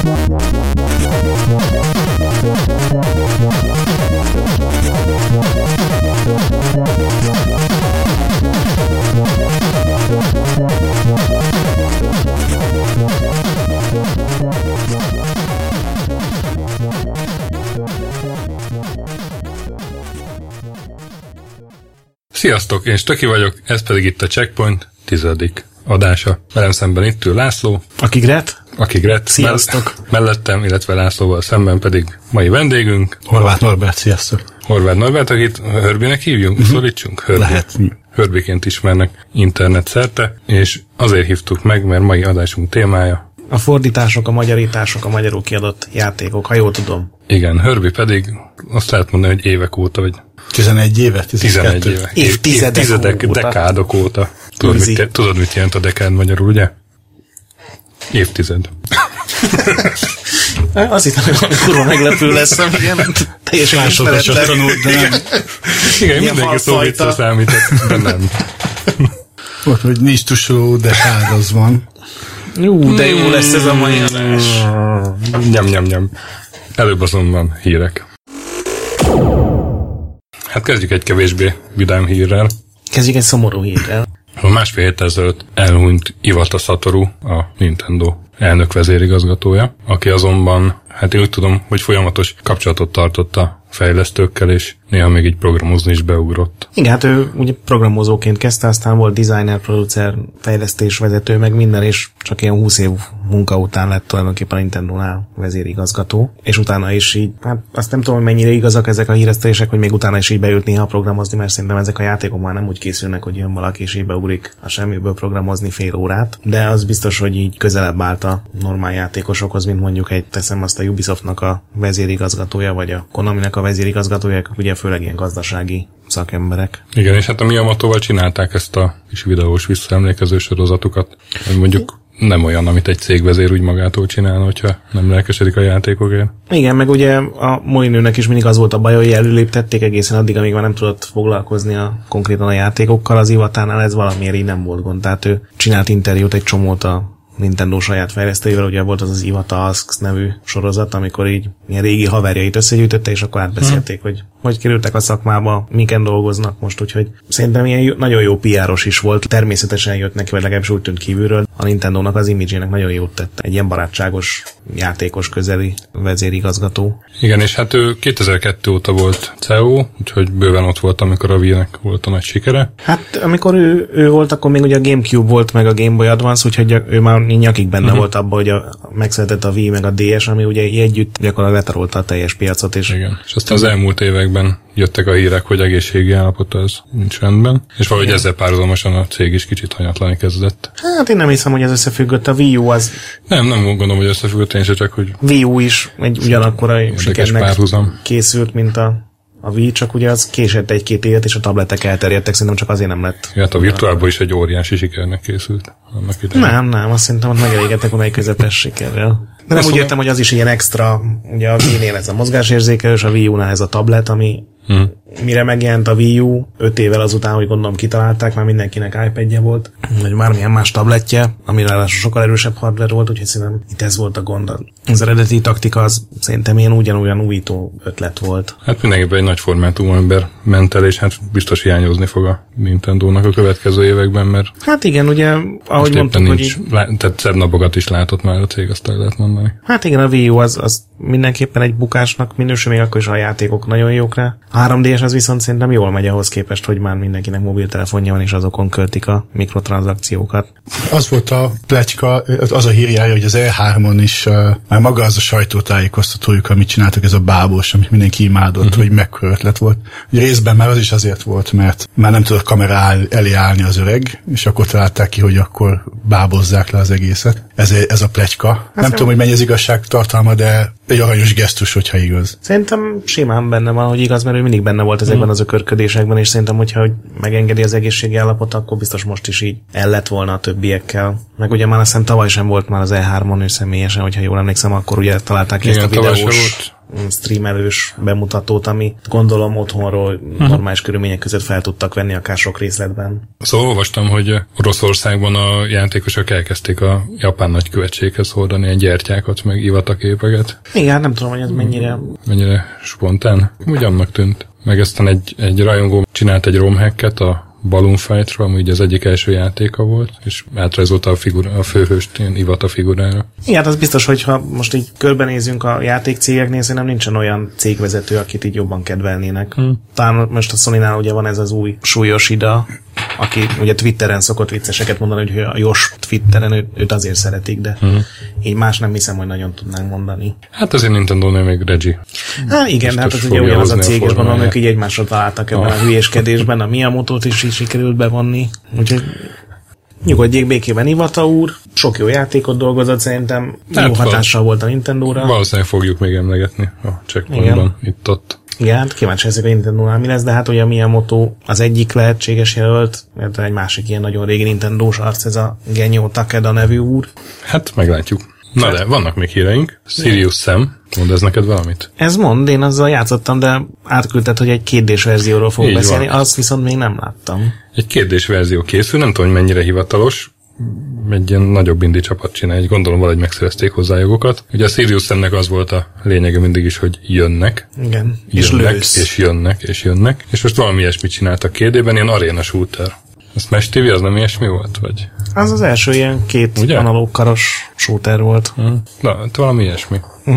Sziasztok, én Stöki vagyok, ez pedig itt a Checkpoint 10. adása. Velem szemben itt ül László. Aki Gret. Sziasztok. Mellettem, illetve Lászlóval szemben pedig mai vendégünk. Horváth Norbert, sziasztok. Horváth Norbert, akit Hörbinek hívjunk? Szólítsunk? Hörbi. Lehet. Hörbiként ismernek internet szerte, és azért hívtuk meg, mert mai adásunk témája a fordítások, a magyarítások, a magyarul kiadott játékok, ha jól tudom. Igen, Hörbi pedig azt lehet mondani, hogy évek óta, vagy 11 éve? 11 éve. Évtizedek óta. Dekádok óta. Tudod, mit jelent a dekád magyarul, ugye? Évtized. Azt hittem, hogy valami kurva meglepő lesz, igen, teljesen ismeretlen. Tanult, de nem. Igen, mindenki szóvicra számított, de nem. Ott, hogy nincs tusoló, de az van. De jó lesz ez a mai adás. Nyom. Előbb azonban hírek. Hát kezdjük egy kevésbé vidám hírrel. Kezdjük egy szomorú hírrel. Másfél héttel ezelőtt elhunyt Iwata Satoru, a Nintendo elnök vezérigazgatója, aki azonban, hát én úgy tudom, hogy folyamatos kapcsolatot tartott a fejlesztőkkel, és néha még így programozni is beugrott. Igen, hát ő ugye programozóként kezdte, aztán volt designer, producer, fejlesztésvezető, meg minden, és csak ilyen 20 év munka után lett tulajdonképpen a Nintendónál vezérigazgató. És utána is így, hát azt nem tudom, hogy mennyire igazak ezek a híresztelések, hogy még utána is így beült néha programozni, mert szerintem ezek a játékok már nem úgy készülnek, hogy jön valaki és így beugrik a semmiből programozni fél órát, de az biztos, hogy így közelebb állt a normál játékosokhoz, mint mondjuk teszem azt a Ubisoftnak a vezérigazgatója, vagy a Konaminek a vezérigazgatója, ugye főleg ilyen gazdasági szakemberek. Igen, és hát a Miyamotoval csinálták ezt a kis videós visszaemlékező sorozatukat, hogy mondjuk nem olyan, amit egy cégvezér úgy magától csinálna, hogyha nem lelkesedik a játékokért. Igen, meg ugye a Molinőnek is mindig az volt a baj, hogy előléptették egészen addig, amíg már nem tudott foglalkozni konkrétan a játékokkal. Az Iwatánál ez valamiért így nem volt gond. Tehát ő csinált interjút egy csomót a Nintendo saját fejlesztőivel, ugye volt az Iwata Asks nevű sorozat, amikor így ilyen régi haverjait összegyűjtötte, és akkor átbeszélték, hogy kerültek a szakmába, miken dolgoznak most, úgyhogy szerintem ilyen nagyon jó PR-os is volt. Természetesen jött neki, vagy legalábbis úgy tűnt kívülről. A Nintendónak az imidzsének nagyon jót tett. Egy ilyen barátságos, játékos közeli vezérigazgató. Igen, és hát ő 2002 óta volt CEO, úgyhogy bőven ott volt, amikor a Wii-nek volt a nagy sikere. Hát amikor ő volt, akkor még ugye a GameCube volt, meg a Game Boy Advance, úgyhogy ő már nyakig benne volt abban, hogy megszületett a Wii meg a DS, ami ugye együtt gyakorlatilag letarolta a teljes piacot. És igen, és aztán az elmúlt években jöttek a hírek, hogy egészségi állapota ez nincs rendben, és valahogy ezzel párhuzamosan a cég is kicsit hanyatlani kezdett. Hát én nem hiszem, hogy ez összefüggött. A Wii U az... Nem gondolom, hogy összefüggött, én se csak, hogy... Wii U is egy ugyanakkora sikernek készült, mint a Wii, csak ugye az késett egy-két évet, és a tabletek elterjedtek, szerintem csak azért nem lett. Hát a virtuálban is egy óriási sikernek készült. Nem, azt szerintem, hogy megelégettek volna egy közepes sikerrel. De nem úgy értem, hogy az is ilyen extra, ugye a Wii-nél ez a mozgásérzékelős, a Wii U-nál ez a tablet, ami mire megjelent a Wii U, 5 évvel azután, hogy gondolom kitalálták, már mindenkinek iPad-je volt, vagy bármilyen más tabletje, amire sokkal erősebb hardware volt, úgyhogy szerintem itt ez volt a gond. Az eredeti taktika az szerintem ilyen ugyanolyan újító ötlet volt. Hát mindenképpen egy nagy formátumú ember ment el, és hát biztos hiányozni fog a Nintendónak a következő években, mert... Hát igen, ugye, ahogy mondtuk, hogy... Tehát szebb napokat is látott már a cég, azt el lehet mondani. Hát igen, a Wii U az mindenképpen egy bukásnak minősül, még akkor is a játékok nagyon jók rá. A 3DS az viszont szerintem jól megy ahhoz képest, hogy már mindenkinek mobiltelefonja van, és azokon költik a mikrotranszakciókat. Az volt a pletyka, az a hírjája, hogy az E3-on is már maga az a sajtótájékoztatójuk, amit csináltak, ez a bábos, amit mindenki imádott, hogy mekkora ötlet volt. Részben már az is azért volt, mert már nem tudott kamera elé állni az öreg, és akkor találták ki, hogy akkor bábozzák le az egészet. Ez a pletyka. Nem tudom, hogy mennyi az igazság tartalma, de egy aranyos gesztus, hogyha igaz. Szerintem simán benne van, hogy igaz, mert ő mindig benne volt ezekben az ökörködésekben, és szerintem, hogyha megengedi az egészségi állapot, akkor biztos most is így el lett volna a többiekkel. Meg ugye már azt hiszem tavaly sem volt már az E3-on ő személyesen, hogyha jól emlékszem, akkor ugye találták ki ezt a videós streamelős bemutatót, ami gondolom otthonról normális körülmények között fel tudtak venni akár sok részletben. Szóval olvastam, hogy Oroszországban a játékosok elkezdték a japán nagykövetséghez hordani ilyen gyertyákat, meg ivataképeket. Igen, nem tudom, hogy ez mennyire spontán. Úgy annak tűnt. Meg aztán egy rajongó csinált egy romhacket a Balloon Fight-ról, ami ugye az egyik első játéka volt, és átrajzolta a főhőst ilyen ivata figurára. Igen, az biztos, hogy ha most így körbenézünk a játékcégeknél, szerintem nincsen olyan cégvezető, akit így jobban kedvelnének. Talán most a Sonynál ugye van ez az új Yoshida, aki ugye Twitteren szokott vicceseket mondani, hogy a Yosh Twitteren őt azért szeretik, de így más nem hiszem, hogy nagyon tudnánk mondani. Hát azért Nintendo-nél még Reggie. Hát igen, hát az ugye ugyanaz a cég, és gondolom, ők így egymásra találtak ebben a hülyéskedésben, a Miyamoto-t is így sikerült bevonni. Úgyhogy nyugodjék békében Iwata úr, sok jó játékot dolgozott, szerintem jó hatással volt a Nintendo-ra. Valószínűleg fogjuk még emlegetni a checkpointban, itt-ott. Igen, hát kíváncsi ezek a Nintendo-nál mi lesz, de hát ugye a Miyamoto az egyik lehetséges jelölt, mert egy másik ilyen nagyon régi Nintendo-s arc, ez a Genyo Takeda nevű úr. Hát meglátjuk. Na de, vannak még híreink. Serious Sam, mondd ez neked valamit? Ez mond, én azzal játszottam, de átküldted, hogy egy 2D-s verzióról fogok beszélni, azt viszont még nem láttam. Egy 2D-s verzió készül, nem tudom, hogy mennyire hivatalos, egy ilyen nagyobb indie csapat csinálja, gondolom valahogy megszerezték hozzá jogokat. Ugye a Serious Samnek az volt a lényege mindig is, hogy jönnek. Igen. És jönnek. És most valami ilyesmit csináltak 2D-ben, ilyen arena shooter. A Smash TV az nem ilyesmi volt, vagy? Az első ilyen 2 analóg karos shooter volt. Na, hát valami ilyesmi.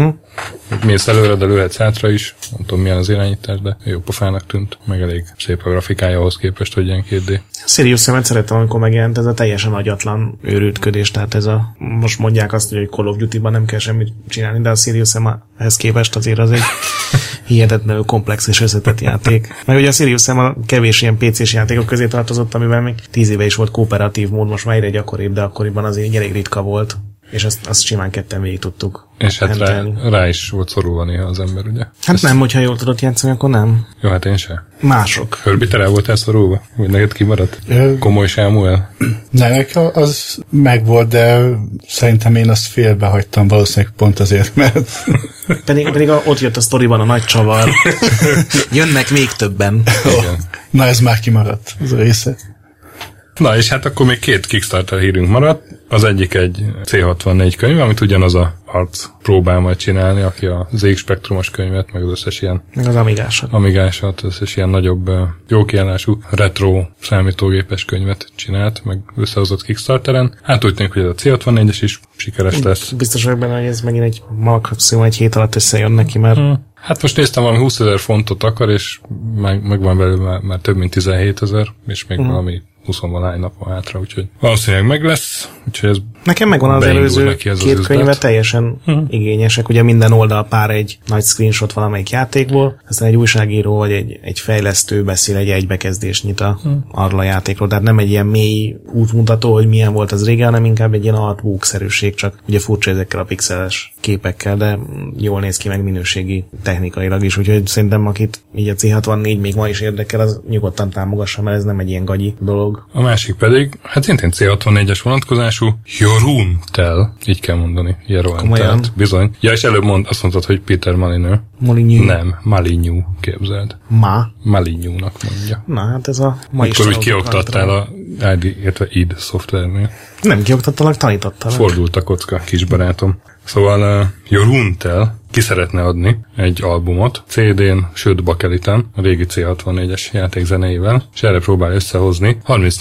Mész előre, de lőhetsz hátra is. Nem tudom, milyen az irányítás, de jó pofának tűnt. Meg elég szép a grafikája ahhoz képest, hogy ilyen 2D. Serious Sam-et szerettem, amikor megjelent ez a teljesen agyatlan őrültködés, tehát ez a, most mondják azt, hogy Call of Duty-ban nem kell semmit csinálni, de a Serious Sam-hez képest azért az egy hihetetlenül komplex és összetett játék. Meg ugye a Serious Sam a kevés ilyen PC-s játékok közé tartozott, amiben még 10 éve is volt kooperatív mód, most már egyre gyakoribb, de akkoriban azért elég ritka volt. És azt simán ketten végig tudtuk. És hát rá is volt szorulva néha az ember, ugye? Hát nem, hogyha jól tudott játszani, akkor nem. Jó, hát én sem. Mások. Hörbi, te rá voltál szorulva? Vagy neked kimaradt? Komoly Sámuel? Nem, az megvolt, de szerintem én azt félbehagytam valószínűleg pont azért, mert... pedig ott jött a sztoriban a nagy csavar. Jönnek még többen. Na, ez már kimaradt, az a része. Na, és hát akkor még 2 Kickstarter hírünk maradt. Az egyik egy C64 könyv, amit ugyanaz a arc próbál majd csinálni, aki a ZX Spectrumos könyvet, meg az összes ilyen... Meg az Amigásat. Az összes ilyen nagyobb, jó kiállású, retro számítógépes könyvet csinált, meg összehozott Kickstarteren. Hát úgy tűnik, hogy ez a C64-es is sikeres lesz. Biztos vagyok benne, hogy ez megint egy maximum egy hét alatt összejön neki, mert... Hát most néztem, valami 20 000 fontot akar, és meg van belőle már több mint 17 000, és még valami 20-valahány nap van hátra, úgyhogy valószínűleg meg lesz. Úgyhogy ez nekem megvan az előző 2 könyve, teljesen igényesek. Ugye minden oldal pár egy nagy screenshot valamelyik játékból, aztán egy újságíró vagy egy fejlesztő beszél egy egybekezdést arról a játékról. Tehát nem egy ilyen mély útmutató, hogy milyen volt az régen, hanem inkább egy ilyen artbook-szerűség, csak ugye furcsa ezekkel a pixeles képekkel, de jól néz ki meg minőségi technikailag is. Úgyhogy szerintem akit így a C64 még ma is érdekel, az nyugodtan támogassa, mert ez nem egy ilyen gagyi dolog. A másik pedig, hát szintén C64-es vonatkozású, Jorun Tell, így kell mondani, Jeroen Telt, bizony. Ja, és előbb azt mondtad, hogy Peter Molyneux. Molyneux. Nem, Molyneux, képzeld. Molyneux-nak mondja. Na, hát ez a mai akkor úgy kioktattál a id szoftvernél. Nem kioktattalak, tanítottalak. Fordult a kocka, kis barátom. Szóval Jorun Tell ki szeretne adni egy albumot CD-n, sőt bakeliten, a régi C64-es játék zenéivel, és erre próbál összehozni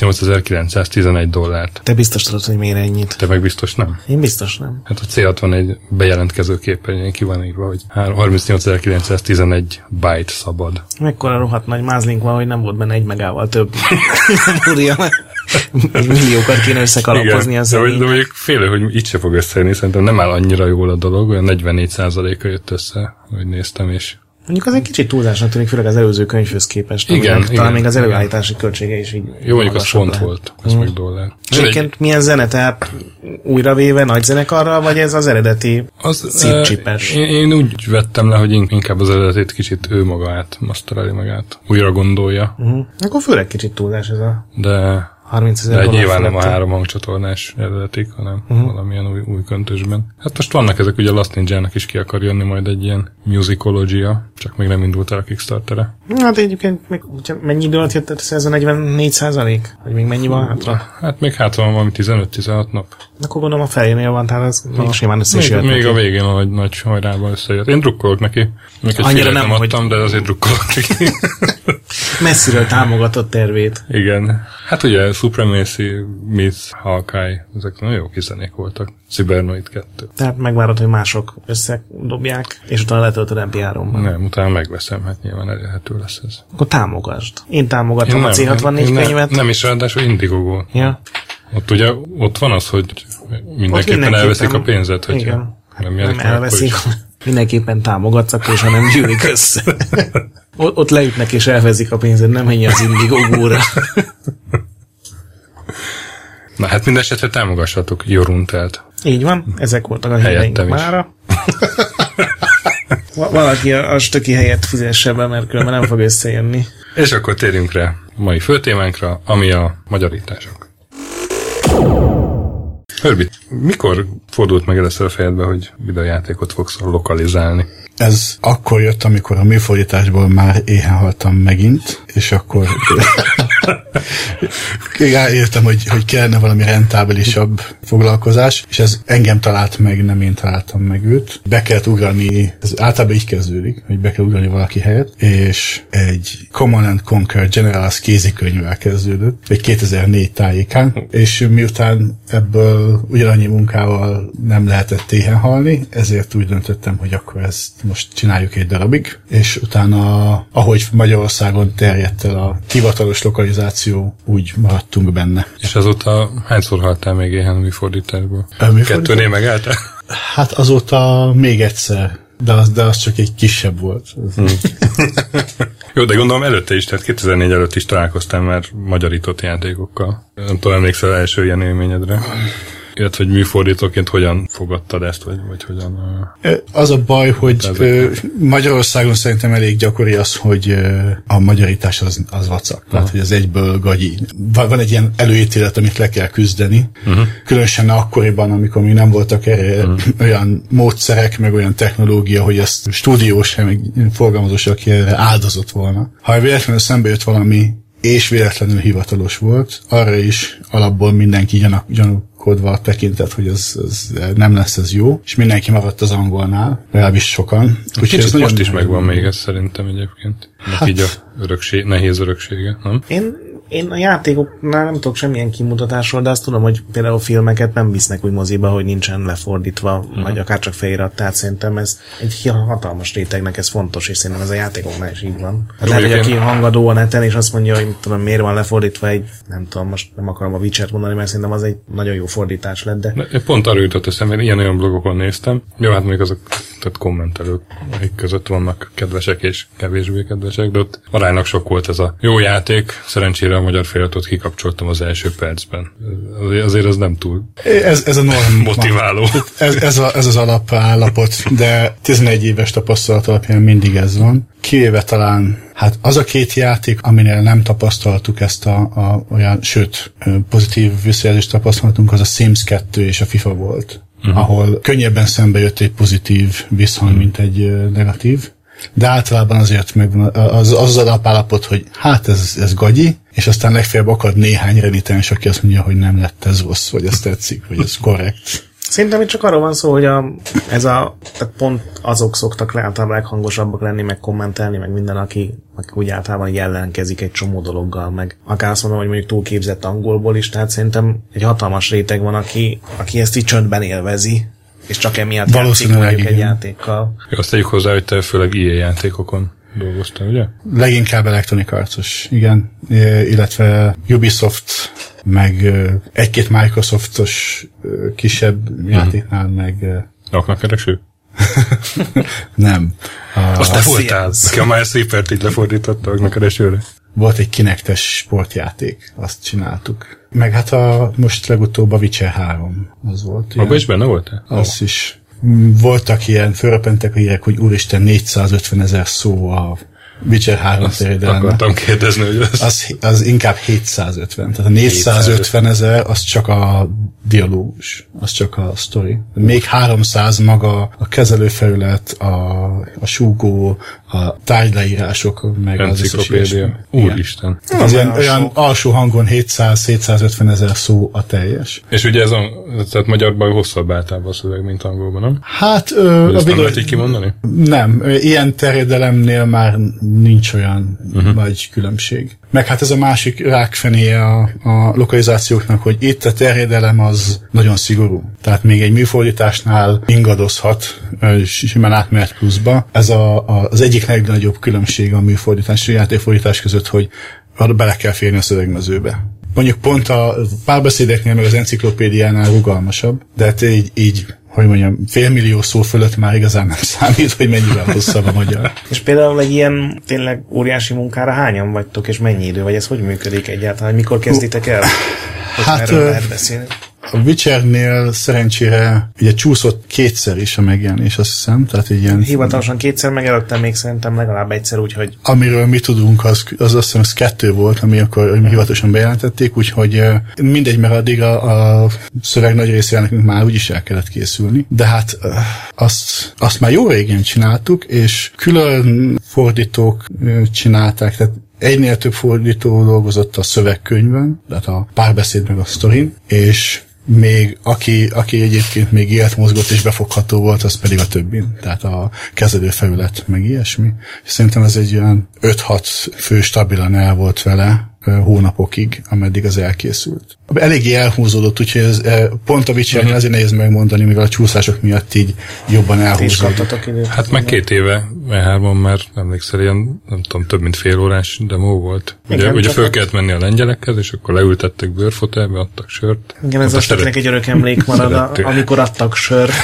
$38,911. Te biztos tudod, hogy miért ennyit? Te meg biztos nem? Én biztos nem. Hát a C64 bejelentkező képernyőn ki van írva, hogy 38,911 byte szabad. Mekkora rohadt nagy mázlink van, hogy nem volt benne 1 megával több memória. Milliókat kéne összekalapozni az de mondjuk félő, hogy itt se fog összejönni, szerintem nem áll annyira jól a dolog, olyan 44%-a jött össze, hogy néztem, és mondjuk az egy kicsit túlzásnak tűnik, főleg az előző könyvhöz képest. Igen, talán még az előállítási költsége is így. Jó, mondjuk az font volt, ez meg dollár. Egyébként milyen zene, tehát újravéve nagy zenekarral, vagy ez az eredeti szívcsipes? Én úgy vettem le, hogy inkább az eredetét kicsit ő maga átmasztereli meg át, újra gondolja. Akkor főleg kicsit túlzás ez a... De $30,000. De nyilván nem a 3 hangcsatornás eredetik, hanem valamilyen új köntösben. Hát most vannak ezek, ugye Last Ninja-nek is ki akar jönni majd egy ilyen musicologia, csak még nem indult el a Kickstarter-e. Hát egyébként még mennyi idő alatt jött ez a 44%? Vagy még mennyi van hátra? Hát még hátra van valami 15-16 nap. Akkor gondolom a felénél van, tehát ez még simán össze is jött. Még a végén a nagy hajrában összejött. Én drukkolok neki. Még egy annyira nem adtam, de azért drukkolok neki. Messziről támogatott tervét. Igen. Hát ugye Supremacy, Myth, Hawkeye, ezek nagyon jó kizenék voltak. Cybernoid 2. Tehát megvárod, hogy mások összedobják, és utána letöltöd MP3-ban. Nem, utána megveszem, hát nyilván elérhető lesz ez. Akkor támogasd. Én támogatom a C64 könyvet. Nem is ráadásul Indiegogo. Ja. Ott ugye, ott van az, hogy mindenképpen elveszik a pénzet, hogy nem elveszik. Mindenképpen támogatsz, akkor is, ha nem gyűlik össze. Ott leütnek és elvezik a pénzed, nem menj az Indiegogóra. Na hát mindesetre támogassatok Joruntelt. Így van, ezek voltak a híreink mára. Valaki a stöki helyett fizesse be, mert különben nem fog összejönni. És akkor térjünk rá a mai főtémánkra, ami a magyarítások. Herbie, mikor fordult meg először a fejedbe, hogy videójátékot fogsz lokalizálni? Ez akkor jött, amikor a műfordításból már éhen haltam megint, és akkor ráértem, hogy kellene valami rentábilisabb foglalkozás, és ez engem talált meg, nem én találtam meg őt. Be kellett ugrani, ez általában így kezdődik, hogy be kell ugrani valaki helyett, és egy Command & Conquer Generals kézikönyvvel kezdődött, egy 2004 tájékán, és miután ebből ugyanannyi munkával nem lehetett éhen halni, ezért úgy döntöttem, hogy akkor ezt most csináljuk egy darabig, és utána, ahogy Magyarországon terjedt el a hivatalos lokalizáció, úgy maradtunk benne. És azóta hányszor haltál még éhen a műfordításból? 2-nél megálltál? Hát azóta még egyszer, de az csak egy kisebb volt. Jó, de gondolom előtte is, tehát 2004 előtt is találkoztál már magyarított játékokkal. Nem tudom, emlékszel első ilyen élményedre? Illetve, hogy műfordítóként hogyan fogadtad ezt, vagy hogyan... Az a baj, hogy Magyarországon szerintem elég gyakori az, hogy a magyarítás az vacak. Tehát, hogy az egyből gagyi. Van egy ilyen előítélet, amit le kell küzdeni. Különösen akkoriban, amikor még nem voltak erre olyan módszerek, meg olyan technológia, hogy ezt stúdiós, meg forgalmazós, aki erre áldozott volna. Ha véletlenül szembe jött valami, és véletlenül hivatalos volt, arra is alapból mindenki gyanúkodva tekintett, hogy ez nem lesz ez jó, és mindenki maradt az angolnál, legalábbis sokan. Úgyhogy most is megvan még ez szerintem egyébként. Hát, így a nehéz öröksége, nem? Én a játékoknál nem tudok semmilyen kimutatásról, de azt tudom, hogy például filmeket nem visznek úgy moziba, hogy nincsen lefordítva, vagy akár csak felirat, tehát szerintem ez egy hatalmas rétegnek ez fontos, és szerintem ez a játékoknál is így van. Hát lehet, hogy aki hangadó a neten, és azt mondja, hogy tudom, miért van lefordítva egy, nem tudom, most nem akarom a Witcher-t mondani, mert szerintem az egy nagyon jó fordítás lett, de... Pont arra jutott eszembe, én ilyen-olyan blogokon néztem. Jó, hát még azok, tehát kommentelők, akik között vannak kedvesek és kevésbé kedvesek, de ott aránylag sok volt ez a jó játék, szerencsére a magyar feliratot kikapcsoltam az első percben. Azért ez nem túl ez a motiváló. Ez az alapállapot, de 11 éves tapasztalat alapján mindig ez van. Kivéve talán, hát az a két játék, aminél nem tapasztaltuk ezt olyan, sőt, pozitív visszajelzést tapasztaltunk, az a Sims 2 és a FIFA volt. Ahol könnyebben szembe jött egy pozitív visszhang, mint egy negatív. De általában azért megvan az alapállapot, hogy hát ez gagyi, és aztán legfeljebb akad néhány renitens, aki azt mondja, hogy nem lett ez rossz, vagy ez tetszik, vagy ez korrekt. Szerintem itt csak arról van szó, hogy tehát pont azok szoktak általában leghangosabbak lenni, meg kommentelni, meg minden, aki úgy általában jellenkezik egy csomó dologgal, meg akár azt mondom, hogy mondjuk túlképzett angolból is, tehát szerintem egy hatalmas réteg van, aki ezt így csöndben élvezi, és csak emiatt játszik mondjuk egy játékkal. Jó, azt tegyük hozzá, hogy te főleg EA játékokon dolgoztál, ugye? Leginkább Electronic Arts-os, igen. Illetve Ubisoft, meg egy-két Microsoftos kisebb játéknál, meg... Raknakereső? Nem. Azt te voltál, aki a Minesweeper-t így lefordította Raknakeresőre? Volt egy Kinectes sportjáték, azt csináltuk. Meg hát most legutóbb a Witcher 3 az volt. Abban is benne voltál? Az is. Voltak ilyen, fölrepentek a hírek, hogy úristen 450 000 szó a Witcher 3 terjedelme. Akartam kérdezni, hogy az inkább 750. Tehát a 450 000 az csak a dialógus, az csak a sztori. Még 300 maga a kezelőfelület, a súgó, a tárgyleírások, meg az enciklopédia. Úristen. Az olyan alsó hangon 700-750 000 szó a teljes. És ugye tehát magyarban hosszabb általában a szöveg, mint angolban, nem? Hát... Ezt nem lehet így kimondani? Nem. Ilyen terjedelemnél már nincs olyan nagy különbség. Meg hát ez a másik rákfenéje a lokalizációknak, hogy itt a terjedelem az nagyon szigorú. Tehát még egy műfordításnál ingadozhat, simán átmehet pluszba. Ez az egyik legnagyobb különbség a műfordítás és a játékfordítás között, hogy bele kell férni a szövegmezőbe. Mondjuk pont a párbeszédeknél meg az enciklopédiánál rugalmasabb, de hát így hogy mondjam, 500 000 szó fölött már igazán nem számít, hogy mennyivel hosszabb a magyar. És például egy ilyen tényleg óriási munkára hányan vagytok, és mennyi idő, vagy ez hogy működik egyáltalán? Mikor kezditek el? Hát erről lehet beszélni. A Witchernél szerencsére ugye csúszott kétszer is a megjelenés, azt hiszem. Tehát ilyen... Hivatalosan kétszer, meg előtte még szerintem legalább egyszer, úgyhogy... Amiről mi tudunk, az azt hiszem, az 2 volt, ami akkor hivatalosan bejelentették, úgyhogy mindegy, mert addig a szöveg nagy részére nekünk már úgyis el kellett készülni. De hát azt már jó régen csináltuk, és külön fordítók csinálták, tehát egynél több fordító dolgozott a szövegkönyvön, tehát a párbeszéd meg a sztorin, és még aki egyébként még életmozgott és befogható volt, az pedig a többin. Tehát a kezelőfelület meg ilyesmi. És szerintem ez egy olyan 5-6 fő stabilan el volt vele hónapokig, ameddig az elkészült. Eléggé elhúzódott, úgyhogy ez pont a Witchernél azért nehéz megmondani, mivel a csúszások miatt így jobban elhúzódott. Hát meg 2 éve E3-on már emlékszel, ilyen, nem tudom, több mint fél órás demo volt. Ugye föl kellett menni a lengyelekhez, és akkor leültettek bőrfotelbe, adtak sört. Igen, ez azt egy örök emlék marad, amikor adtak sört.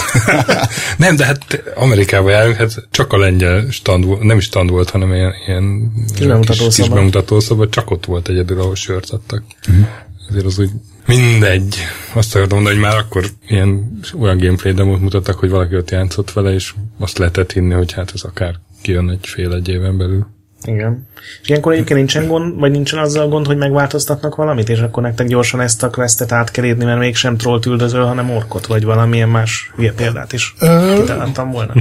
Nem, de hát Amerikába járunk, hát csak a lengyel stand volt, nem is stand volt, hanem ilyen kis bemutatószoba, csak ott volt egyedül, ahol sört adtak. Ezért az úgy mindegy. Azt akartam mondani, hogy már akkor olyan gameplay demót mutattak, hogy valaki ott játszott vele, és azt lehetett hinni, hogy hát ez akár kijön egy éven belül. Igen. És ilyenkor egyébként nincsen gond, vagy nincsen azzal gond, hogy megváltoztatnak valamit, és akkor nektek gyorsan ezt a questet át kell írni, mert mégsem trollt üldözöl, hanem orkot, vagy valamilyen más hülye példát is kitaláltam volna.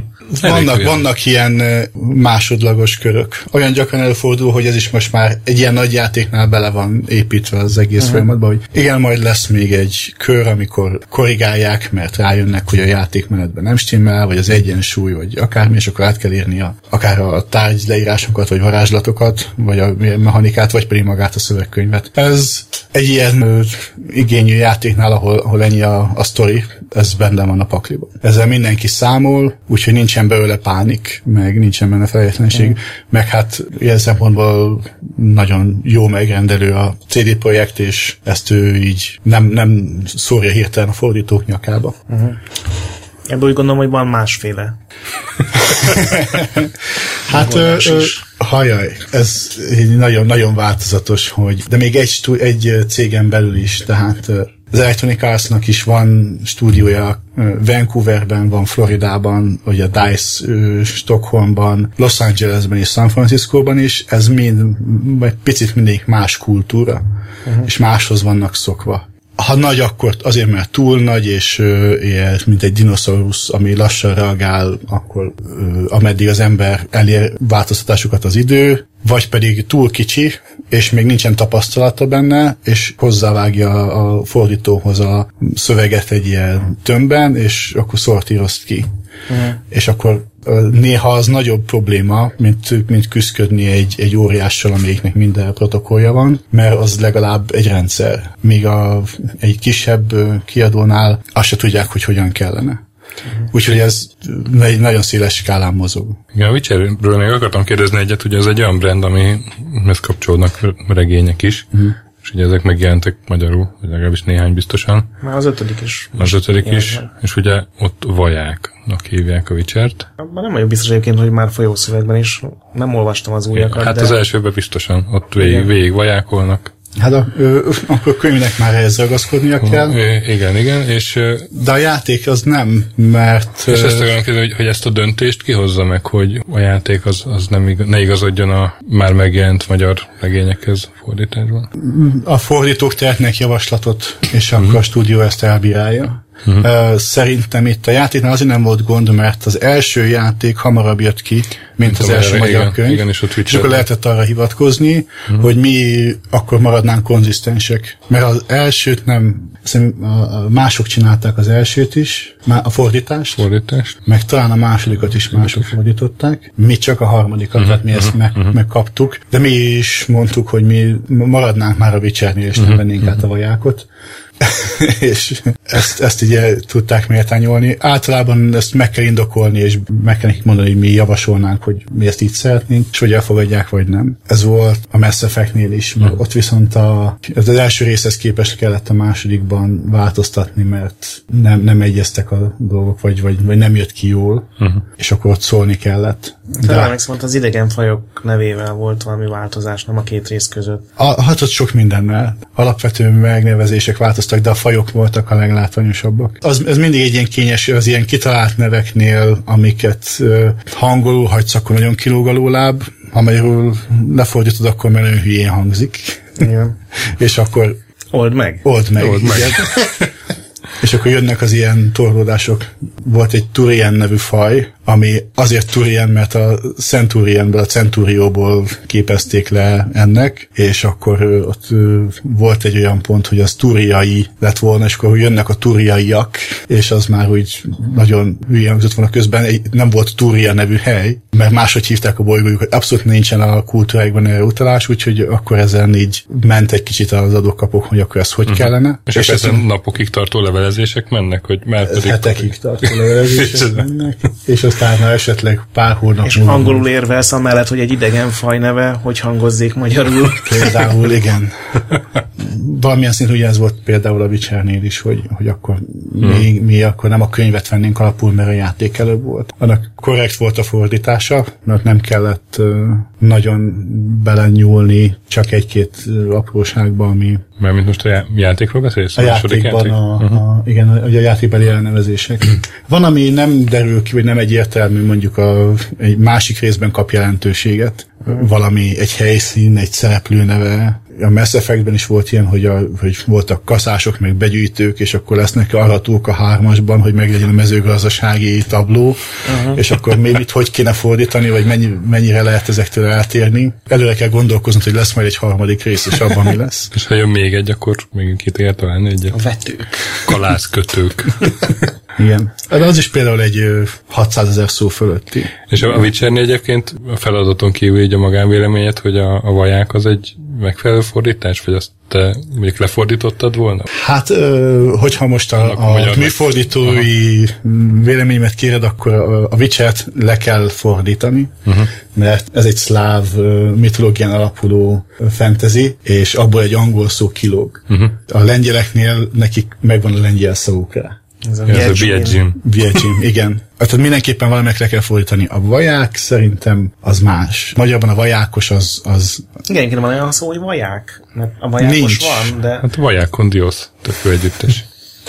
Vannak ilyen másodlagos körök. Olyan gyakran előfordul, hogy ez is most már egy ilyen nagy játéknál bele van építve az egész folyamatban, hogy igen, majd lesz még egy kör, amikor korrigálják, mert rájönnek, hogy a játékmenetben nem stimmel, vagy az egyensúly, vagy akármi, és akkor át kell írni akár a tárgyleírásokat, vagy varázslatokat, vagy a mechanikát, vagy pedig magát a szövegkönyvet. Ez egy ilyen igényű játéknál, ahol ennyi a sztori, ez benne van a pakliban. Ezzel mindenki számol, úgyhogy nincsen belőle pánik, meg nincsen benne felejtlenség, meg hát ilyen szempontból nagyon jó megrendelő a CD Projekt, és ezt ő így nem szórja hirtelen a fordítók nyakába. Ebből úgy gondolom, hogy van másféle. Hát, hajaj, ez nagyon változatos, de még egy cégen belül is, tehát az Electronic Arts-nak is van stúdiója Vancouverben, van Floridában, vagy a DICE Stockholmban, Los Angelesben és San Franciscóban is, ez mind egy picit mindig más kultúra, és máshoz vannak szokva. Ha nagy, akkor azért, mert túl nagy, és mint egy dinoszaurusz, ami lassan reagál, akkor ameddig az ember elér változtatásokat az idő, vagy pedig túl kicsi, és még nincsen tapasztalata benne, és hozzávágja a fordítóhoz a szöveget egy ilyen tömbben, és akkor szortírozd ki. És akkor néha az nagyobb probléma, mint küszködni egy óriással, amelyiknek minden protokollja van, mert az legalább egy rendszer. Míg egy kisebb kiadónál azt se tudják, hogy hogyan kellene. Úgyhogy ez egy nagyon széles skálán mozog. Igen, a Witcherről még akartam kérdezni egyet, ugye ez egy olyan brand, amihez kapcsolódnak regények is, és ugye ezek megjelentek magyarul, vagy legalábbis néhány biztosan. Már az 5. is. Az 5. is, és ugye ott vajáknak hívják a Witchert. Abban nem vagyok biztos egyébként, hogy már folyószövegben is. Nem olvastam az újakat. Hát az elsőben biztosan, ott végig vajákolnak. Hát akkor könyvnek már ehhez ragaszkodnia kell. Igen, és... De a játék az nem, mert... És ezt akarom kérdezni, hogy ezt a döntést kihozza meg, hogy a játék az ne igazodjon a már megjelent magyar regényekhez fordításban? A fordítók tehetnek javaslatot, és akkor a stúdió ezt elbírálja. Szerintem itt a játéknál azért nem volt gond, mert az első játék hamarabb jött ki, mint az első magyar könyv, igen, és akkor lehetett arra hivatkozni, hogy mi akkor maradnánk konzisztensek. Mert az elsőt nem, mások csinálták az elsőt is, a fordítást, meg talán a másodikat is mások fordították. Mi csak a harmadikat, tehát mi ezt megkaptuk, de mi is mondtuk, hogy mi maradnánk már a Witchernél, és nem vennénk át a vajákot. És ezt így tudták méltányolni. Általában ezt meg kell indokolni, és meg kell mondani, hogy mi javasolnánk, hogy mi ezt így szeretnénk, és hogy elfogadják, vagy nem. Ez volt a Mass Effectnél is, mert ott viszont az első részhez képest kellett a másodikban változtatni, mert nem egyeztek a dolgok, vagy nem jött ki jól, és akkor ott szólni kellett. Talán megszólalt, az idegenfajok nevével volt valami változás, nem a két rész között. Hát ott sok mindennel. Alapvető megnevezések változtak, de a fajok voltak a leglátványosabbak. Ez mindig egy ilyen kényes, az ilyen kitalált neveknél, amiket hangolul hagysz, akkor nagyon kilóg a lóláb, ha magyarul lefordítod, akkor már nagyon hülyén hangzik. Igen. És akkor Old meg. És akkor jönnek az ilyen torlódások. Volt egy Turian nevű faj, ami azért Turian, mert a Centurianből, a Centurióból képezték le ennek, és akkor ott volt egy olyan pont, hogy az turiai lett volna, és akkor jönnek a turiaiak, és az már úgy nagyon hülye hangzott volna közben, nem volt Turia nevű hely, mert máshogy hívták a bolygójukat, abszolút nincsen a kultúráikban erre utalás, úgyhogy akkor ezen így ment egy kicsit az adókapok, hogy akkor ez hogy kellene. És ezen napokig tartó levelezések mennek, hogy már pedig... Hetekig tartó levelezések mennek, és aztán esetleg pár hónap és múlva. Angolul érvelsz amellett, hogy egy idegen faj neve, hogy hangozzék magyarul. Például, igen. Valamilyen szint ugye ez volt például a Witchernél is, hogy akkor mi akkor nem a könyvet vennénk alapul, mert a játék előbb volt. Annak korrekt volt a fordítása, mert nem kellett nagyon belenyúlni, csak egy-két apróságba, ami... Mert mint most a játékról beszélsz? A játékban, igen, a játékbeli elnevezések. Van, ami nem derül ki, vagy nem egyértelmű, mondjuk egy másik részben kap jelentőséget. Valami, egy helyszín, egy szereplő neve. A Mass Effectben is volt ilyen, hogy voltak kaszások, meg begyűjtők, és akkor lesznek aratók a 3-asban, hogy meglegyen a mezőgazdasági tabló, és akkor még itt hogy kéne fordítani, vagy mennyire lehet ezektől eltérni. Előre kell gondolkozni, hogy lesz majd egy harmadik rész, és abban mi lesz. És ha jön még egy, akkor még ki kell találni egyet. A vetők. Kalászkötők. Igen. De az is például egy 600 000 szó fölötti. És a Witchernél egyébként a feladaton kívül így a magánvéleményed, hogy a vaják az egy megfelelő fordítás, vagy azt te mondjuk lefordítottad volna? Hát, hogyha most a műfordítói véleményemet kéred, akkor a Witchert le kell fordítani, mert ez egy szláv mitológián alapuló fantasy, és abból egy angol szó kilóg. A lengyeleknél nekik megvan a lengyel szavuk rá. Ez a Viedzsim, igen. Tehát mindenképpen valamelyik le kell fordítani. A vaják szerintem az más. Magyarban a vajákos az... Igen, van olyan szó, hogy vaják. Mert a vajákos nincs. Van, de... Hát a vajákon diosz, többfő együttes.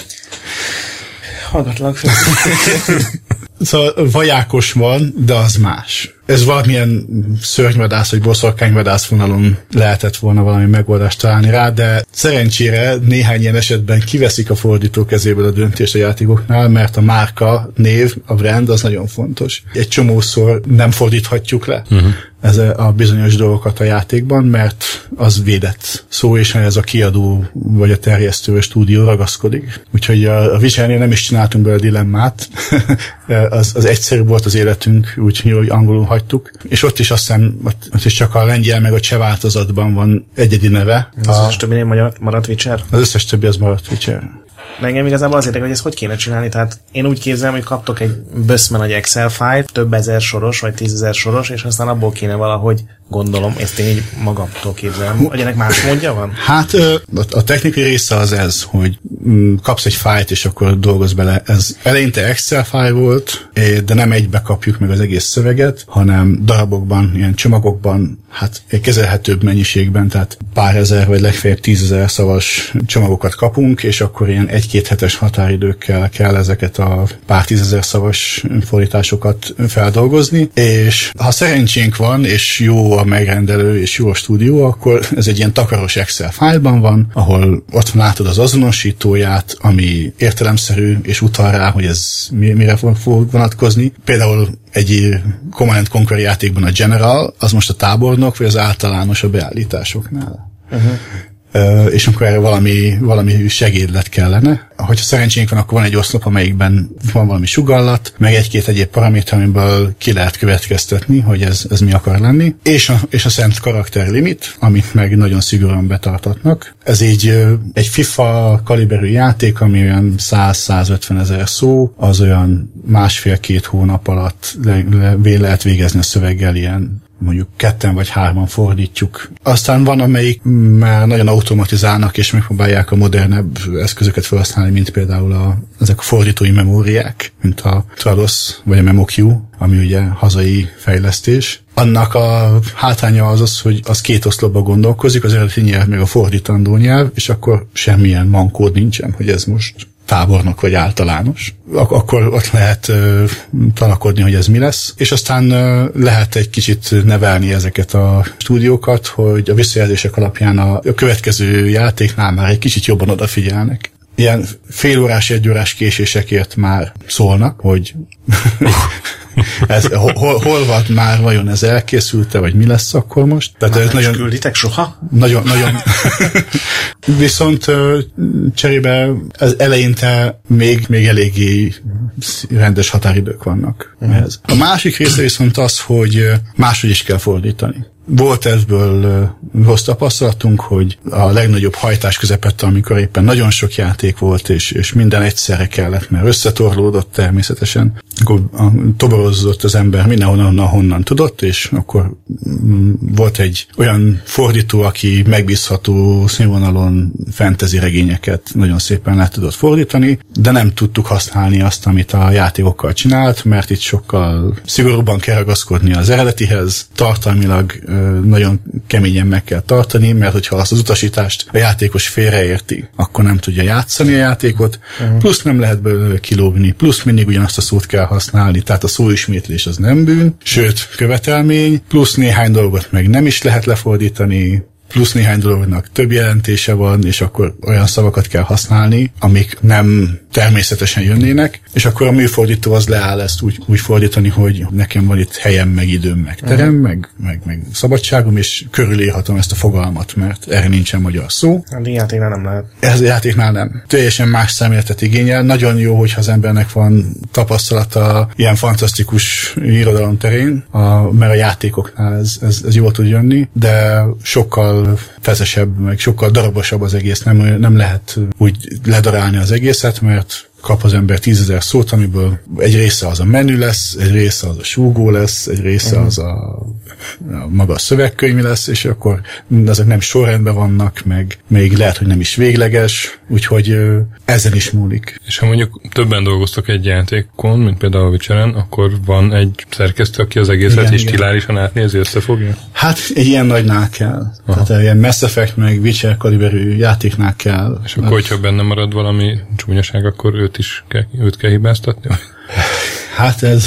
Hallgatlak fel. Szóval vajákos van, de az más. Ez valamilyen szörnyvadász vagy boszorkányvadász vonalon lehetett volna valami megoldást találni rá, de szerencsére néhány ilyen esetben kiveszik a fordító kezéből a döntést a játékoknál, mert a márka, név, a brand az nagyon fontos. Egy csomószor nem fordíthatjuk le ez a bizonyos dolgokat a játékban, mert az védett szó, és ez a kiadó vagy a terjesztő stúdió ragaszkodik. Úgyhogy a Witchernél nem is csináltunk belőle dilemmát. az egyszerű volt az életünk, úgyhogy angolul hagytuk. És ott is azt hiszem, ott is csak a lengyel meg a cseh változatban van egyedi neve. Az összes többi maradt Witcher? Az összes többi az maradt Witcher. De engem igazából azért, hogy ezt hogy kéne csinálni. Tehát én úgy képzelem, hogy kaptok egy böszme nagy Excel file, több ezer soros, vagy 10 000 soros, és aztán abból kéne valahogy gondolom, ezt én így magamtól képzelem. Vagy ennek más módja van? Hát a technikai része az ez, hogy kapsz egy fájlt, és akkor dolgozz bele. Ez eleinte Excel fájl volt, de nem egybe kapjuk meg az egész szöveget, hanem darabokban, ilyen csomagokban, hát kezelhetőbb mennyiségben, tehát pár ezer vagy legfeljebb 10 000 szavas csomagokat kapunk, és akkor ilyen 1-2 hetes határidőkkel kell ezeket a pár 10 000 szavas fordításokat feldolgozni, és ha szerencsénk van, és jó a megrendelő, és jó a stúdió, akkor ez egy ilyen takaros Excel fájlban van, ahol ott látod az azonosítóját, ami értelemszerű, és utal rá, hogy ez mire fog vonatkozni. Például egy Command & Conquer játékban a General, az most a tábornok, vagy az általános a beállításoknál. És akkor erre valami segédlet kellene. Hogyha szerencsénk van, akkor van egy oszlop, amelyikben van valami sugallat, meg 1-2 egyéb paraméter, amiből ki lehet következtetni, hogy ez mi akar lenni. És a szent karakterlimit, amit meg nagyon szigorúan betartatnak. Ez így egy FIFA kaliberű játék, ami olyan 100-150 ezer szó, az olyan 1,5-2 hónap alatt lehet végezni a szöveggel, ilyen mondjuk 2 vagy 3 fordítjuk. Aztán van, amelyik már nagyon automatizálnak, és megpróbálják a modernebb eszközöket felhasználni, mint például ezek a fordítói memóriák, mint a Trados vagy a MemoQ, ami ugye hazai fejlesztés. Annak a hátránya az, hogy az 2 oszlopba gondolkozik, az eredeti nyelv meg a fordítandó nyelv, és akkor semmilyen mankód nincsen, hogy ez most tábornok vagy általános. Akkor ott lehet tanakodni, hogy ez mi lesz. És aztán lehet egy kicsit nevelni ezeket a stúdiókat, hogy a visszajelzések alapján a következő játéknál már egy kicsit jobban odafigyelnek. Ilyen félórás, 1 órás késésekért már szólnak, hogy hol van már, vajon ez elkészült-e, vagy mi lesz akkor most. Tehát már nagyon külditek soha? Nagyon. Viszont cserébe ez eleinte még eléggé rendes határidők vannak ehhez. A másik része viszont az, hogy máshogy is kell fordítani. Volt ebből rossz tapasztalatunk, hogy a legnagyobb hajtás közepette, amikor éppen nagyon sok játék volt, és minden egyszerre kellett, mert összetorlódott természetesen. Akkor toborozott az ember mindenhonnan tudott, és akkor volt egy olyan fordító, aki megbízható színvonalon fantasy regényeket nagyon szépen le tudott fordítani, de nem tudtuk használni azt, amit a játékokkal csinált, mert itt sokkal szigorúbban kell ragaszkodni az eredetihez, tartalmilag nagyon keményen meg kell tartani, mert hogyha azt az utasítást a játékos félreérti, akkor nem tudja játszani a játékot, plusz nem lehet belőle kilógni, plusz mindig ugyanazt a szót kell használni, tehát a szóismétlés az nem bűn, sőt követelmény, plusz néhány dolgot meg nem is lehet lefordítani, plusz néhány dolognak több jelentése van, és akkor olyan szavakat kell használni, amik nem természetesen jönnének, és akkor a műfordító az leáll ezt úgy fordítani, hogy nekem van itt helyem, meg időm, meg terem, meg szabadságom, és körülírhatom ezt a fogalmat, mert erre nincsen magyar szó. A játéknál nem lehet. Ez a játéknál nem. Teljesen más szemléletet igényel. Nagyon jó, hogyha az embernek van tapasztalata ilyen fantasztikus irodalom terén, mert a játékoknál ez jól tud jönni, de sokkal feszesebb, meg sokkal darabosabb az egész. Nem lehet úgy ledarálni az egészet, mert kap az ember 10 000 szót, amiből egy része az a menü lesz, egy része az a súgó lesz, egy része az a maga a szövegkönyv lesz, és akkor ezek nem sorrendben vannak, meg még lehet, hogy nem is végleges, úgyhogy ezen is múlik. És ha mondjuk többen dolgoztak egy játékon, mint például a Witcheren, akkor van egy szerkesztő, aki az egészet is stilárisan átnézi, összefogja? Hát egy ilyen nagynál kell. Aha. Tehát ilyen Mass Effect meg Witcher kaliberű játéknál kell. És akkor, hogyha benne marad valami csúnyaság, akkor őt kell hibáztatni? Hát ez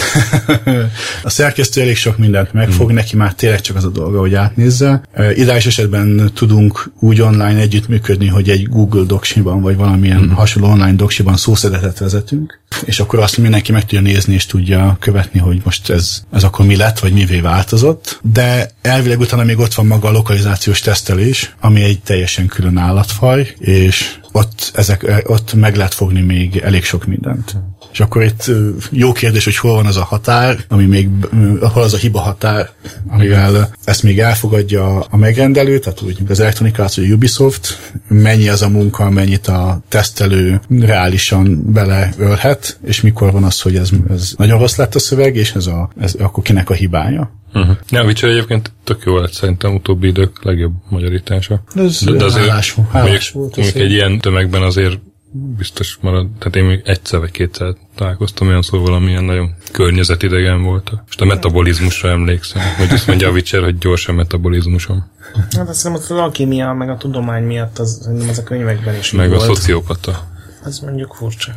a szerkesztő elég sok mindent megfog, neki már tényleg csak az a dolga, hogy átnézze. Ideális esetben tudunk úgy online együttműködni, hogy egy Google Docsiban, vagy valamilyen hasonló online Docsiban szószedetet vezetünk, és akkor azt mindenki meg tudja nézni, és tudja követni, hogy most ez akkor mi lett, vagy mivé változott. De elvileg utána még ott van maga a lokalizációs tesztelés, ami egy teljesen külön állatfaj, és ott meg lehet fogni még elég sok mindent. És akkor itt jó kérdés, hogy hol van az a határ, hol az a hiba határ, amivel ezt még elfogadja a megrendelő, tehát úgy az Electronic Arts vagy a Ubisoft, mennyi az a munka, mennyit a tesztelő reálisan beleölhet, és mikor van az, hogy ez nagyon rossz lett a szöveg, és ez akkor kinek a hibája. Ja, Witcher egyébként tök jó lett szerintem utóbbi idők legjobb magyarítása. De azért mondjuk egy ilyen tömegben azért biztos marad. Tehát én még egyszer vagy kétszer találkoztam olyan szóval, valamilyen nagyon környezetidegen volt. Most a metabolizmusra emlékszem, hogy azt mondja a Witcher, hogy gyorsan metabolizmusom. Hát azt hiszem, az alkímia, meg a tudomány miatt az a könyvekben is meg a volt. Szociopata. Ez mondjuk furcsa.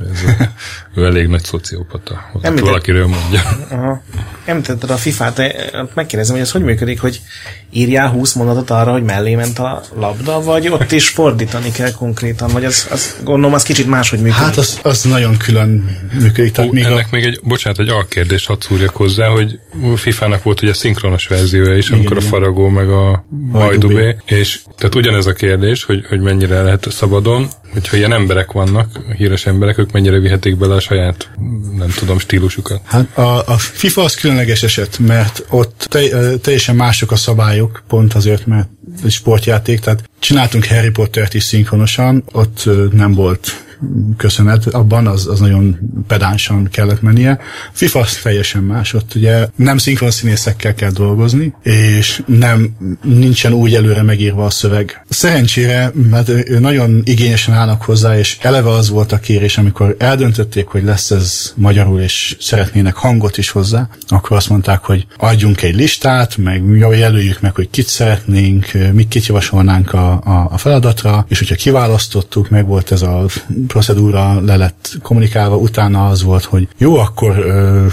Ő elég nagy szociopata. Valakiről mondja. Említetted a FIFA-t, megkérdezem, hogy ez hogy működik, hogy írjál 20 mondatot arra, hogy mellé ment a labda, vagy ott is fordítani kell konkrétan, vagy az gondolom, az kicsit máshogy működik. Hát az nagyon külön működik. Ennek még egy alkérdés hadd szúrjak hozzá, hogy FIFA-nak volt ugye szinkronos verziója is, amikor a Faragó meg a Hajdubé, és tehát ugyanez a kérdés, hogy mennyire lehet szabadon, hogyha ilyen emberek vannak, híres emberek, ők mennyire vihetik bele a saját, nem tudom, stílusukat. Hát a FIFA az különleges eset, mert ott teljesen mások a szabályok, pont azért, mert egy sportjáték, tehát csináltunk Harry Pottert is szinkronosan, ott nem volt köszönet, abban az nagyon pedánsan kellett mennie. FIFA az teljesen más, ott ugye nem szinkron színészekkel kell dolgozni, és nincsen úgy előre megírva a szöveg. Szerencsére, mert nagyon igényesen állnak hozzá, és eleve az volt a kérés, amikor eldöntötték, hogy lesz ez magyarul, és szeretnének hangot is hozzá, akkor azt mondták, hogy adjunk egy listát, meg jelöljük meg, hogy kit szeretnénk, kit javasolnánk a feladatra, és hogyha kiválasztottuk, meg volt ez a procedúra, le lett kommunikálva, utána az volt, hogy jó, akkor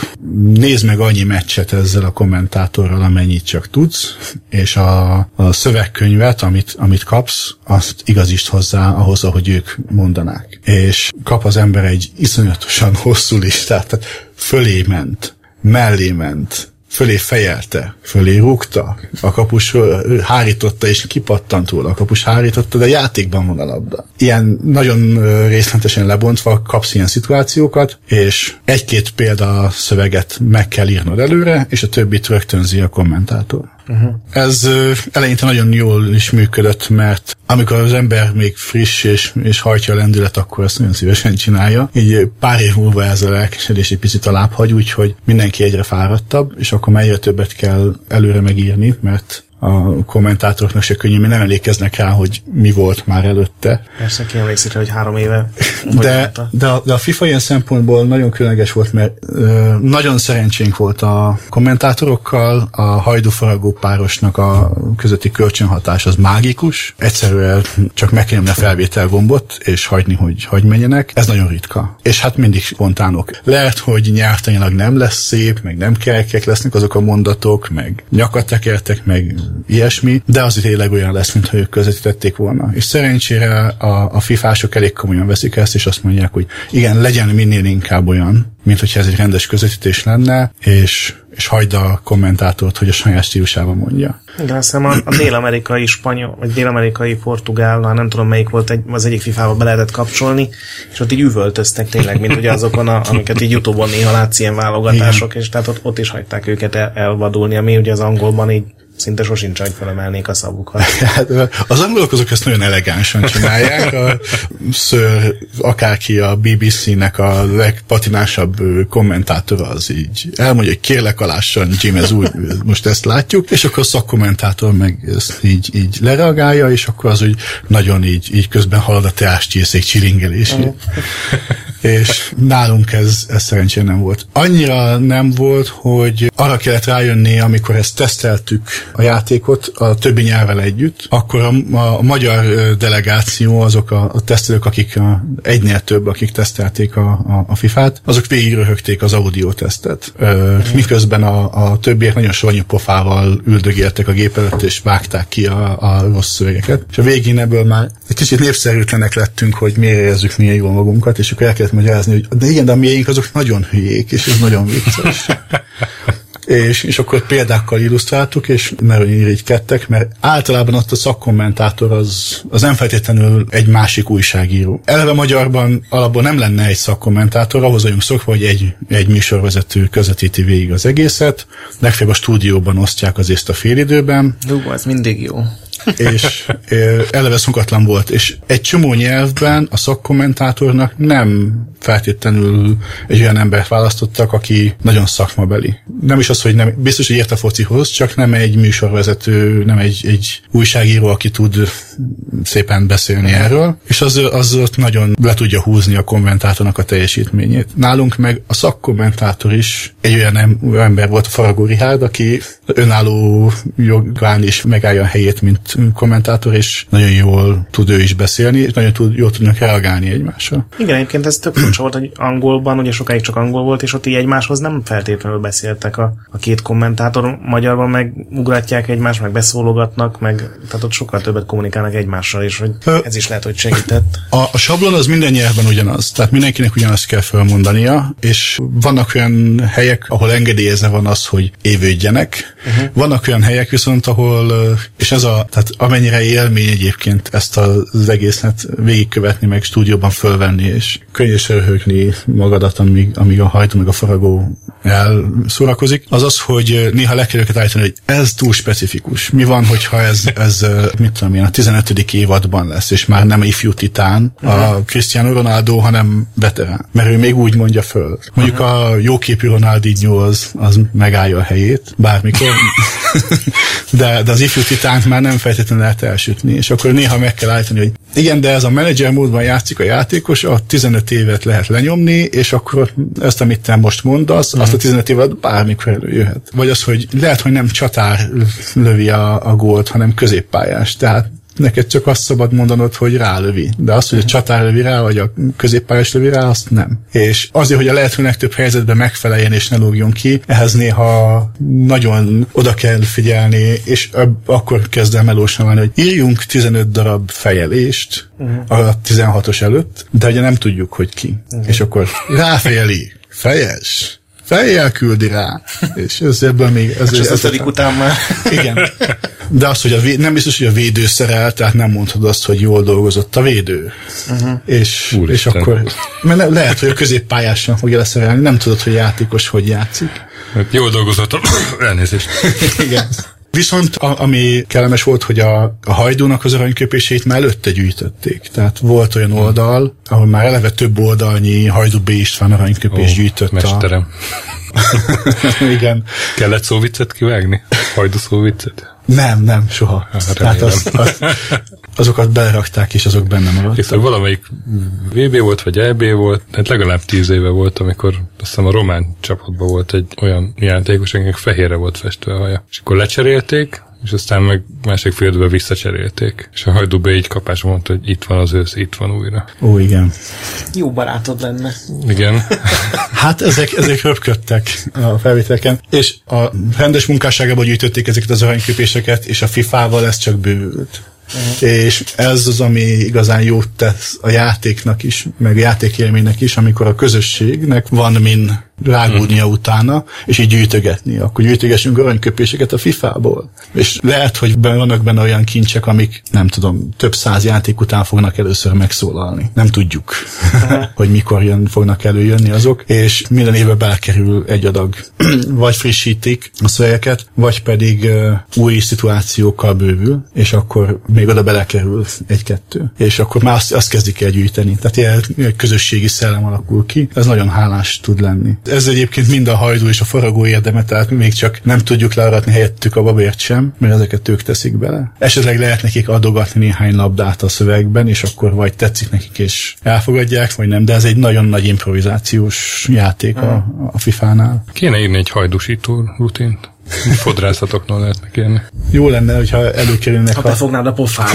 nézd meg annyi meccset ezzel a kommentátorral, amennyit csak tudsz, és a szövegkönyvet, amit kapsz, azt igazítsd hozzá ahhoz, ahogy ők mondanák. És kap az ember egy iszonyatosan hosszú listát, tehát fölé ment, mellé ment, fölé fejelte, fölé rúgta, a kapus hárította, és kipattant róla, a kapus hárította, de játékban van a labda. Ilyen nagyon részletesen lebontva kapsz ilyen szituációkat, és egy-két példa szöveget meg kell írnod előre, és a többit rögtönzi a kommentátor. Ez eleinte nagyon jól is működött, mert amikor az ember még friss és hajtja a lendület, akkor ezt nagyon szívesen csinálja. Így pár év múlva ez a lelkesedés egy picit alább hagy, úgyhogy mindenki egyre fáradtabb, és akkor már egyre többet kell előre megírni, mert a kommentátoroknak se könnyű, mert nem emlékeznek rá, hogy mi volt már előtte. Persze, ki emlékszik rá, hogy 3 éve. De a FIFA ilyen szempontból nagyon különleges volt, mert nagyon szerencsénk volt a kommentátorokkal, a Hajdú-Faragó párosnak a közötti kölcsönhatás az mágikus. Egyszerűen csak meg kell nyomni a felvétel gombot, és hagyni, hogy menjenek. Ez nagyon ritka. És hát mindig spontánok. Lehet, hogy nyelvtanilag nem lesz szép, meg nem kerekek lesznek azok a mondatok, meg nyakat tekertek, meg ilyesmi, de az tényleg olyan lesz, mintha ők közvetítették volna. És szerencsére a fifások elég komolyan veszik ezt, és azt mondják, hogy igen, legyen minél inkább olyan, mint hogyha ez egy rendes közvetítés lenne, és hagyd a kommentátort, hogy a saját stílusában mondja. Igen, azt hiszem a dél-amerikai spanyol, vagy dél-amerikai portugál, nem tudom melyik volt, az egyik fifába be lehetett kapcsolni, és ott így üvöltöztek tényleg, mint ugye azokon, amiket így YouTube-on néha látsz ilyen válogatások, igen. És tehát ott is hagyták őket elvadulni, ami ugye az angolban így szinte sosincs, hogy felemelnék a szavukat. Hát, az angolok azok ezt nagyon elegánsan csinálják. A Sir, akárki a BBC-nek a legpatinásabb kommentátor az így elmondja, hogy kérlek alássan, Jim, ez úgy, most ezt látjuk, és akkor a szakkommentátor meg ezt így lereagálja, és akkor az úgy nagyon így közben halad a teásgyészék csilingelés. És nálunk ez szerencsére nem volt. Annyira nem volt, hogy arra kellett rájönni, amikor ezt teszteltük a játékot a többi nyelvvel együtt, akkor a magyar delegáció, azok a tesztelők, akik egynél több, akik tesztelték a FIFA-t, azok végig röhögték az audiótesztet. Miközben a többiek nagyon savanyú pofával üldögéltek a gép előtt, és vágták ki a rossz szövegeket. És a végén ebből már egy kicsit népszerűtlenek lettünk, hogy miért érezzük milyen jól magunkat, és akkor el kellett magyarázni, hogy de igen, de a miénk azok nagyon hülyék, és ez nagyon vicces. És akkor példákkal illusztráltuk, és nagyon irigykedtek, mert általában ott a szakkommentátor az nem feltétlenül egy másik újságíró. Eleve magyarban alapból nem lenne egy szakkommentátor, ahhoz vagyunk szokva, hogy egy műsorvezető közvetíti végig az egészet, legfeljebb a stúdióban osztják az észt a félidőben. Ez mindig jó. és eleve szokatlan volt, és egy csomó nyelvben a szakkommentátornak nem feltétlenül egy olyan embert választottak, aki nagyon szakmabeli. Nem is az, hogy nem, biztos, hogy ért a focihoz, csak nem egy műsorvezető, nem egy újságíró, aki tud szépen beszélni erről, és az ott nagyon le tudja húzni a kommentátornak a teljesítményét. Nálunk meg a szakkommentátor is egy olyan ember volt, Faragó Richárd, aki önálló jogán is megállja a helyét, mint kommentátor, és nagyon jól tud ő is beszélni, és nagyon jól tudnak reagálni egymásra. Igen, egyébként ez tök furcsa volt, hogy angolban, ugye sokáig csak angol volt, és ott így egymáshoz nem feltétlenül beszéltek a két kommentátor, magyarban meg ugratják egymást, meg beszólogatnak, meg tehát ott sokkal többet kommunikálnak egymással, és hogy ez is lehet, hogy segített. A sablon az minden nyelvben ugyanaz, tehát mindenkinek ugyanazt kell felmondania, és vannak olyan helyek, ahol engedélyezve van az, hogy évődjenek. Vannak olyan helyek viszont, ahol, és tehát amennyire élmény egyébként ezt az egészet végigkövetni, meg stúdióban fölvenni, és könnyűsen röhögni magadat, amíg a hajtó meg a faragó elszórakozik, az az, hogy néha le kell őket állítani, hogy ez túl specifikus. Mi van, hogyha ez mit tudom én, a 15. évadban lesz, és már nem ifjú titán a Cristiano Ronaldo, hanem veterán. Mert ő még úgy mondja föl. Mondjuk a jóképű Ronaldinho az megállja a helyét, bármikor. de az ifjú titánt már nem feltétlenül lehet elsütni, és akkor néha meg kell állítani, hogy igen, de ez a menedzser módban játszik a játékos, a 15 évet lehet lenyomni, és akkor ezt, amit te most mondasz, azt a 15 évet bármikor előjöhet. Vagy az, hogy lehet, hogy nem csatár lövi a gólt, hanem középpályás. Tehát neked csak azt szabad mondanod, hogy rálövi. De az, hogy a csatár lövi rá, vagy a középpályás lövi rá, azt nem. És azért, hogy a lehető legtöbb helyzetben megfeleljen és ne lógjon ki, ehhez néha nagyon oda kell figyelni, és akkor kezd el melósan válni, hogy írjunk 15 darab fejelést a 16-os előtt, de ugye nem tudjuk, hogy ki. És akkor ráfejeli, fejes, fejjel küldi rá. És ez ebből még... Ez az után már. Igen. De az, hogy nem biztos, hogy a védő szerel, tehát nem mondhatod azt, hogy jól dolgozott a védő. És akkor... Mert lehet, hogy a középpályásan fogja leszerelni, nem tudod, hogy játékos hogy játszik. Jól dolgozott, elnézést. Igen. Viszont ami kellemes volt, hogy a Hajdúnak az aranyköpését már előtte gyűjtötték. Tehát volt olyan oldal, ahol már eleve több oldalnyi Hajdú B. István aranyköpés gyűjtött. Mesterem. Igen. Kellett szóviccet kivágni? Hajdú szóviccet? Nem, soha. Tehát azokat belerakták, és azok benne maradtak. Hiszen valamelyik VB volt, vagy EB volt, tehát legalább 10 éve volt, amikor azt hiszem a román csapatban volt egy olyan játékos, akinek fehérre volt festve a haja. És akkor lecserélték, és aztán meg másik fél időben visszacserélték. És a Hajdú B így kapásra mondta, hogy itt van az ősz, itt van újra. Ó, igen. Jó barátod lenne. Igen. Hát ezek röpködtek a felvételeken, és a rendes munkásságában gyűjtötték ezeket az aranyköpéseket, és a FIFA-val ez csak bővült. És ez az, ami igazán jót tesz a játéknak is, meg a játékélménynek is, amikor a közösségnek van min rágódnia utána, és így gyűjtögetni. Akkor gyűjtögessünk aranyköpéseket a FIFA-ból. És lehet, hogy vannak benne olyan kincsek, amik, nem tudom, több 100 játék után fognak először megszólalni. Nem tudjuk, hogy mikor fognak előjönni azok, és minden évben belekerül egy adag. Vagy frissítik a szövegeket, vagy pedig új szituációkkal bővül, és akkor még oda belekerül egy-kettő. És akkor már azt kezdik el gyűjteni. Tehát ilyen közösségi szellem alakul ki. Ez nagyon hálás tud lenni. Ez egyébként mind a Hajdú és a Faragó érdeme, tehát még csak nem tudjuk learatni helyettük a babért sem, mert ezeket ők teszik bele. Esetleg lehet nekik adogatni néhány labdát a szövegben, és akkor vagy tetszik nekik, és elfogadják, vagy nem, de ez egy nagyon nagy improvizációs játék a FIFA-nál. Kéne írni egy hajdúsító rutint. Fodrászatoknál lehetne kérni. Jó lenne, hogyha előkerülnek ha befognád a pofát.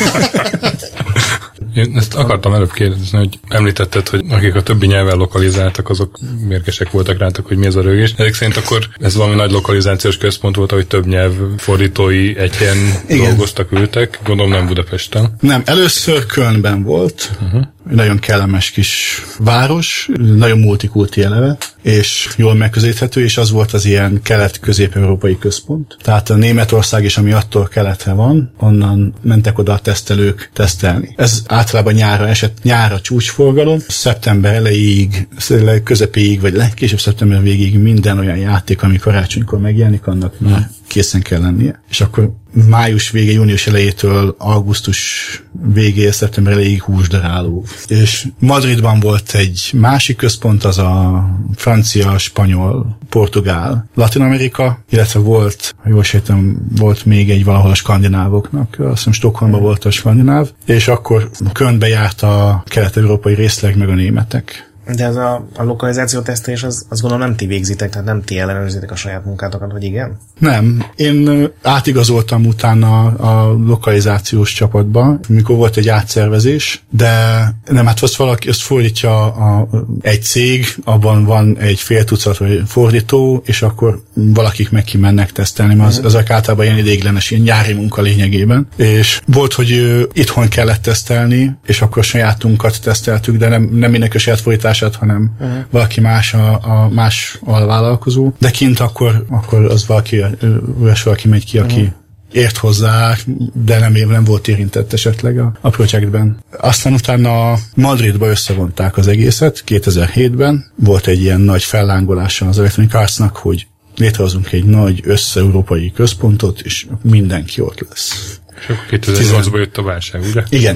Én ezt akartam előbb kérdezni, hogy említetted, hogy akik a többi nyelven lokalizáltak, azok mérgesek voltak rátok, hogy mi ez a rögés. Ezek szerint akkor ez valami nagy lokalizációs központ volt, ahogy több nyelv fordítói egy helyen dolgoztak, ültek. Gondolom nem Budapesten. Nem, először Kölnben volt. Nagyon kellemes kis város, nagyon multikulti eleve, és jól megközelíthető, és az volt az ilyen kelet-közép-európai központ. Tehát a Németország is, ami attól keletre van, onnan mentek oda a tesztelők tesztelni. Ez általában nyárra esett, nyárra csúcsforgalom, szeptember elejéig, közepéig, vagy legkésőbb szeptember végéig minden olyan játék, ami karácsonykor megjelenik, annak már készen kell lennie. És akkor május vége, június elejétől augusztus végé, szeptember elejéig húsdaráló. És Madridban volt egy másik központ, az a francia, spanyol, portugál, Latin Amerika, illetve volt, ha jól sejtem, volt még egy valahol a skandinávoknak, azt hiszem Stockholmban volt a skandináv, és akkor Kölnbe járt a kelet-európai részleg meg a németek. De ez a lokalizáció tesztelés, azt gondolom nem ti végzitek, tehát nem ti ellenőrzitek a saját munkátokat, vagy igen? Nem. Én átigazoltam utána a lokalizációs csapatba, mikor volt egy átszervezés, de nem, hát azt fordítja egy cég, abban van egy fél tucat vagy fordító, és akkor valakik meg kimennek tesztelni, azok általában ilyen ideiglenes, ilyen nyári munka lényegében. És volt, hogy itthon kellett tesztelni, és akkor sajátunkat teszteltük, de nem mindenki a saját fordítását, hanem valaki más a más alvállalkozó. De kint akkor az valaki megy ki, aki ért hozzá, de nem volt érintett esetleg a projektben. Aztán utána Madridba összevonták az egészet, 2007-ben volt egy ilyen nagy fellángolása az Electronic Arts-nak, hogy létrehozunk egy nagy össze-európai központot, és mindenki ott lesz. És akkor 2008-ban jött a válság, ugye? Igen,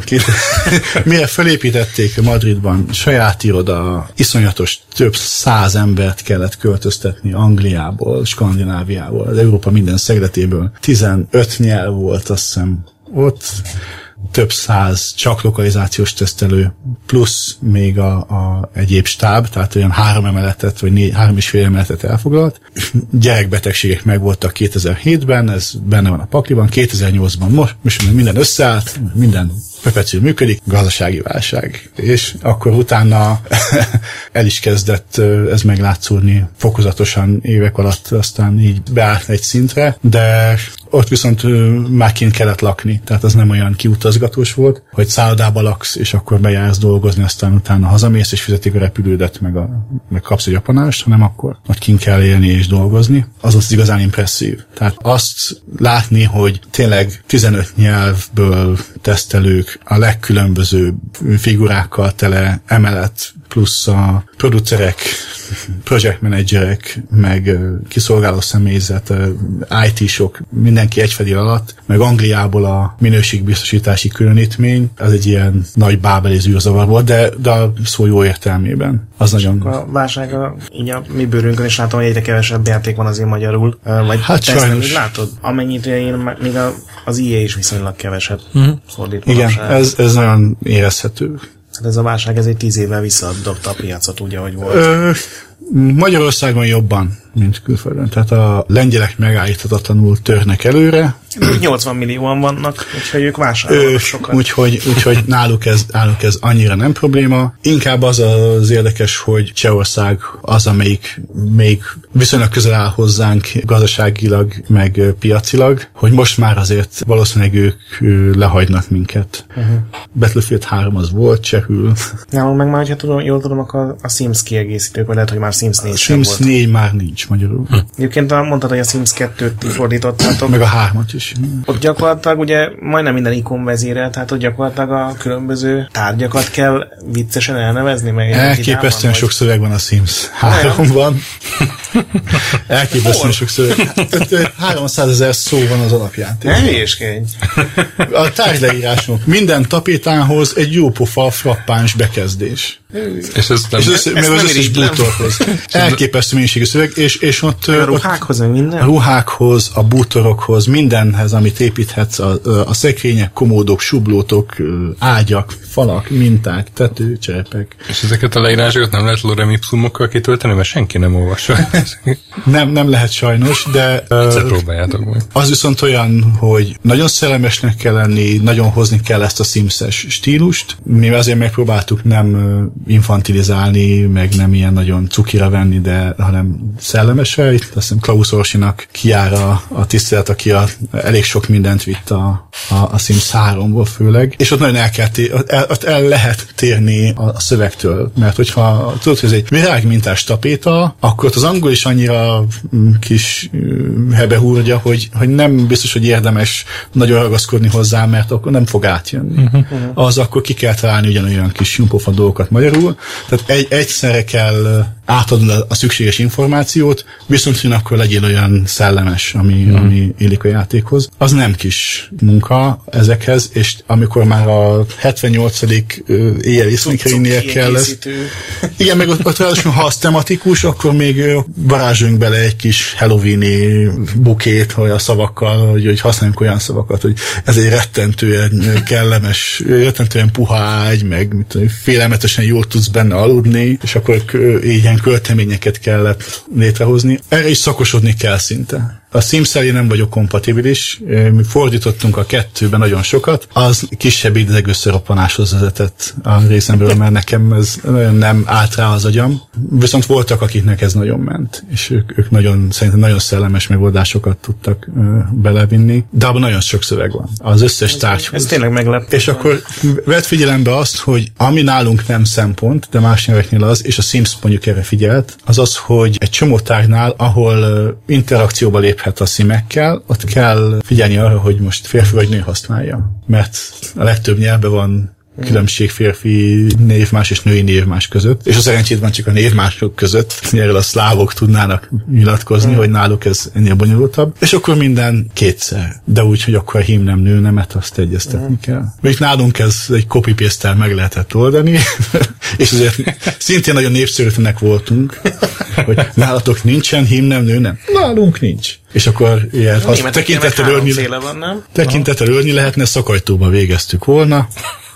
mire felépítették Madridban saját iroda, iszonyatos több 100 embert kellett költöztetni Angliából, Skandináviából, az Európa minden szegletéből. 15 nyelv volt, azt hiszem, ott több 100 csak lokalizációs tesztelő, plusz még a egyéb stáb, tehát olyan 3 emeletet, vagy 3,5 emeletet elfoglalt. Gyerekbetegségek megvoltak 2007-ben, ez benne van a pakliban, 2008-ban most minden összeállt, minden perpetuál működik, gazdasági válság. És akkor utána el is kezdett ez meglátszódni fokozatosan évek alatt, aztán így beállt egy szintre, de ott viszont már kint kellett lakni, tehát az nem olyan kiutazgatós volt, hogy szállodába laksz, és akkor bejársz dolgozni, aztán utána hazamész, és fizetik a repülődet, meg kapsz egy apanást, hanem akkor ott kint kell élni és dolgozni. Az volt igazán impresszív. Tehát azt látni, hogy tényleg 15 nyelvből tesztelők, a legkülönbözőbb figurákkal tele emelet, plusz a producerek, project managerek, meg kiszolgáló személyzet, IT-sok, mindenki egy fedél alatt, meg Angliából a minőségbiztosítási különítmény, az egy ilyen nagy bábeli zűrzavar volt, de a szó jó értelmében. Az nagyon... A válság így a mi bőrünkön, és látom, hogy egyre kevesebb játék van azért magyarul, vagy hát sajnos. Látod, amennyit én, még az EA is viszonylag keveset fordít. Igen, ez nagyon érezhető. Hát ez a válság, ez egy 10 évvel visszadobta a piacot, úgy, ahogy volt. Magyarországon jobban, mint külföldön. Tehát a lengyelek megállíthatatlanul törnek előre. 80 millióan vannak, úgyhogy ők vásárolnak sokat. Úgyhogy náluk ez annyira nem probléma. Inkább az érdekes, hogy Csehország az, amelyik még viszonylag közel áll hozzánk gazdaságilag, meg piacilag, hogy most már azért valószínűleg ők lehagynak minket. Battlefield 3 az volt csehül. Nálunk meg már, hogyha jól tudom, akkor a Sims kiegészítők, vagy lehet, hogy már Sims 4 sem volt. Sims 4 már nincs magyarul. Egyébként mondtad, hogy a Sims 2-t fordítottátok. Meg a 3-at is. Ott gyakorlatilag ugye majdnem minden ikon vezérel, tehát ott gyakorlatilag a különböző tárgyakat kell viccesen elnevezni. Elképesztően sok szöveg van a Sims 3-ban. Elképesztően sok szöveg. 300 000 szó van az alapján. Ne hülyéskedj! A tárgyleírások. Minden tapétánhoz egy jópofa frappáns bekezdés. És ez nem... meg az összes bútorhoz. Elképesztő mennyiségű szöveg, és ott... A ruhákhoz, meg minden? A ruhákhoz, a bútorokhoz, mindenhez, amit építhetsz, a szekrények, komódok, sublótok, ágyak, falak, minták, tetőcserepek. És ezeket a leírásokat nem lehet lorem ipsumokkal kitölteni, mert senki nem olvassa. nem lehet sajnos, de... Egyszer próbáljátok meg. Az viszont olyan, hogy nagyon szellemesnek kell lenni, nagyon hozni kell ezt a Sims-es stílust. Mi azért megpróbáltuk nem infantilizálni, meg nem ilyen nagyon cukira venni, hanem szellemesre. Itt azt hiszem Klaus Orsinak kijár a tisztelet, aki elég sok mindent vitt a Sims 3-ból főleg, és ott nagyon el lehet térni a szövegtől, mert hogyha tudod, hogy ez egy virágmintás tapéta, akkor ott az angol is annyira kis hebehúrgya, hogy nem biztos, hogy érdemes nagyon ragaszkodni hozzá, mert akkor nem fog átjönni. Az akkor ki kell találni ugyanolyan kis jumpofa dolgokat magyarul, tehát egyszerre kell átadod a szükséges információt, viszont akkor legyél olyan szellemes, ami illik a játékhoz. Az nem kis munka ezekhez, és amikor már a 78. éjjel észnékre kellett. Igen, meg ott ráadásul, ha az tematikus, akkor még varázsoljunk bele egy kis Halloween-i bukét, hogy a szavakkal, hogy használjunk olyan szavakat, hogy ez egy rettentően kellemes, rettentően puha ágy, meg félelmetesen jól tudsz benne aludni, és akkor ilyen költeményeket kellett létrehozni. Erre is szakosodni kell szinte. A Sims-szel én nem vagyok kompatibilis, mi fordítottunk a 2-ben nagyon sokat, az kisebb ideg összeroppanáshoz vezetett a részemről, mert nekem ez nagyon nem állt rá az agyam. Viszont voltak, akiknek ez nagyon ment, és ők szerintem nagyon szellemes megoldásokat tudtak belevinni, de abban nagyon sok szöveg van. Az összes tárgyhoz. Ez tényleg meglepő. És akkor vedd figyelembe azt, hogy ami nálunk nem szempont, de más nyelveknél az, és a Sims mondjuk erre figyelt, az az, hogy egy csomó tárgynál, ahol interakcióba léphet a szimekkel, ott kell figyelni arra, hogy most férfi vagy nő használja. Mert a legtöbb nyelvben van különbség férfi névmás és női névmás között, és a szerencsét van csak a névmások között, erről a szlávok tudnának nyilatkozni, hogy náluk ez ennél bonyolultabb, és akkor minden kétszer, de úgy, hogy akkor a hím nem nő nemet, azt egyeztetni kell. Még nálunk ez egy copy-paste-tel meg lehetett oldani, és azért szintén nagyon népszerűtlenek voltunk, hogy nálatok nincsen hím nem nő nem. Nálunk nincs. És akkor ilyen, tekintettel ölni lehetne, szakajtóba végeztük volna,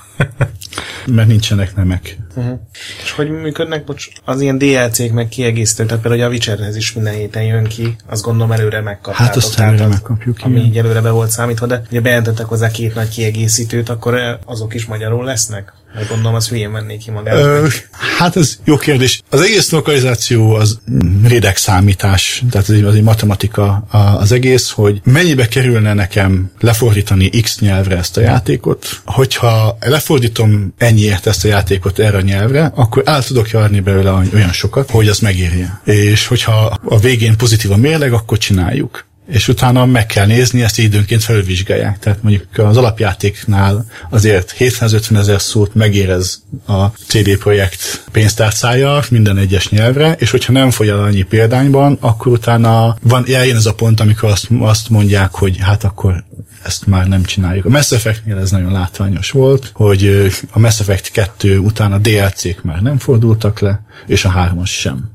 mert nincsenek nemek. És hogy működnek az ilyen DLC-k meg kiegészítők, tehát például a Witcherhez is minden héten jön ki, azt gondolom előre megkaptátok. Hát azt előre megkapjuk, ami így előre be volt számítva, de ugye bejelentettek hozzá 2 nagy kiegészítőt, akkor azok is magyarul lesznek? Mert gondolom, az hülyén vennék ki magát. Hát ez jó kérdés. Az egész lokalizáció az rédeg számítás, tehát az egy matematika az egész, hogy mennyibe kerülne nekem lefordítani X nyelvre ezt a játékot. Hogyha lefordítom ennyiért ezt a játékot erre a nyelvre, akkor el tudok járni belőle olyan sokat, hogy az megérje. És hogyha a végén pozitív a mérleg, akkor csináljuk. És utána meg kell nézni, ezt időnként felülvizsgálják. Tehát mondjuk az alapjátéknál azért 750 000 szót megérez a CD Projekt pénztárcája minden egyes nyelvre, és hogyha nem fogy el annyi példányban, akkor utána eljön ez a pont, amikor azt mondják, hogy hát akkor ezt már nem csináljuk. A Mass Effect-nél ez nagyon látványos volt, hogy a Mass Effect 2 után a DLC-k már nem fordultak le, és a 3-as sem.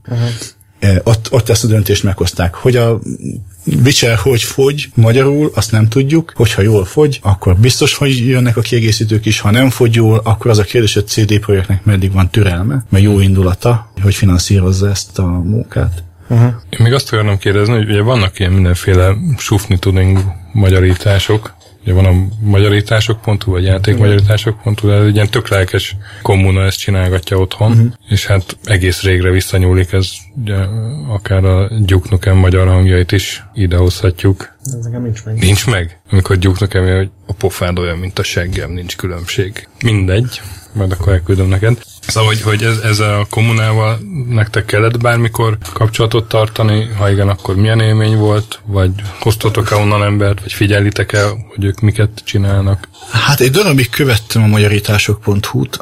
Ott ezt a döntést meghozták, hogy a Witcher hogy fogy magyarul, azt nem tudjuk, hogyha jól fogy, akkor biztos, hogy jönnek a kiegészítők is, ha nem fogy jól, akkor az a kérdés, hogy a CD Projektnek meddig van türelme, meg jó indulata, hogy finanszírozza ezt a munkát. Én még azt akarom kérdezni, hogy ugye vannak ilyen mindenféle sufni tuding magyarítások, ugye van a magyarítások.hu, vagy játékmagyarítások.hu, de ez egy ilyen tök lelkes kommuna ezt csinálgatja otthon, és hát egész régre visszanyúlik, ez ugye, akár a Duke Nukem magyar hangjait is idehozhatjuk. Ez nekem nincs meg. Nincs meg? Amikor Duke Nukem, hogy a pofád olyan, mint a seggem, nincs különbség. Mindegy, majd akkor elküldöm neked. Szóval, hogy ez a kommunával nektek kellett bármikor kapcsolatot tartani, ha igen, akkor milyen élmény volt, vagy hoztatok-e onnan embert, vagy figyelitek-e, hogy ők miket csinálnak? Hát egy darabig követtem a magyarítások.hu-t,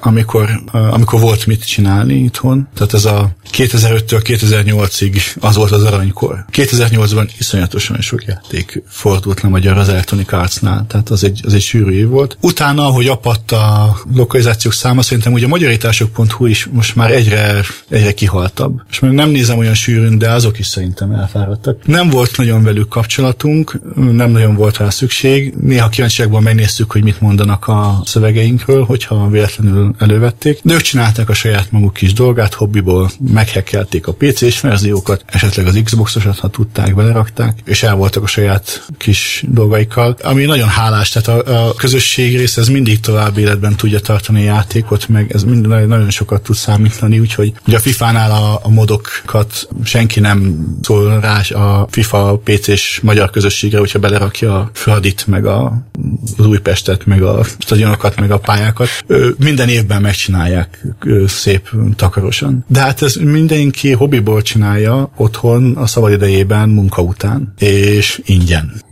amikor volt mit csinálni itthon, tehát ez a 2005-től 2008-ig az volt az aranykor. 2008-ban iszonyatosan sok játék fordult le magyar az Electronic Arts-nál, tehát az egy sűrű év volt. Utána, ahogy apadt a lokalizációk száma, szerintem ugye a magyarítások.hu is most már egyre kihaltabb. És már nem nézem olyan sűrűn, de azok is szerintem elfáradtak. Nem volt nagyon velük kapcsolatunk, nem nagyon volt rá szükség. Néha kíváncsiakban megnéztük, hogy mit mondanak a szövegeinkről, hogyha véletlenül elővették. De ők csinálták a saját maguk kis dolgát, hobbiból meghekkelték a PC-s verziókat, esetleg az Xbox-osat, ha tudták, belerakták, és el voltak a saját kis dolgaikkal. Ami nagyon hálás, tehát a közösség rész ez mindig tovább életben tudja tartani a játékot, meg ez nagyon sokat tud számítani, úgyhogy ugye a FIFA-nál a modokat senki nem szól rá a FIFA PC-s magyar közösségre, hogyha belerakja a Fradit, meg az Újpestet, meg a stadionokat, meg a pályákat. Minden évben megcsinálják szép takarosan. De hát ez mindenki hobbiból csinálja otthon a szabadidejében munka után, és ingyen.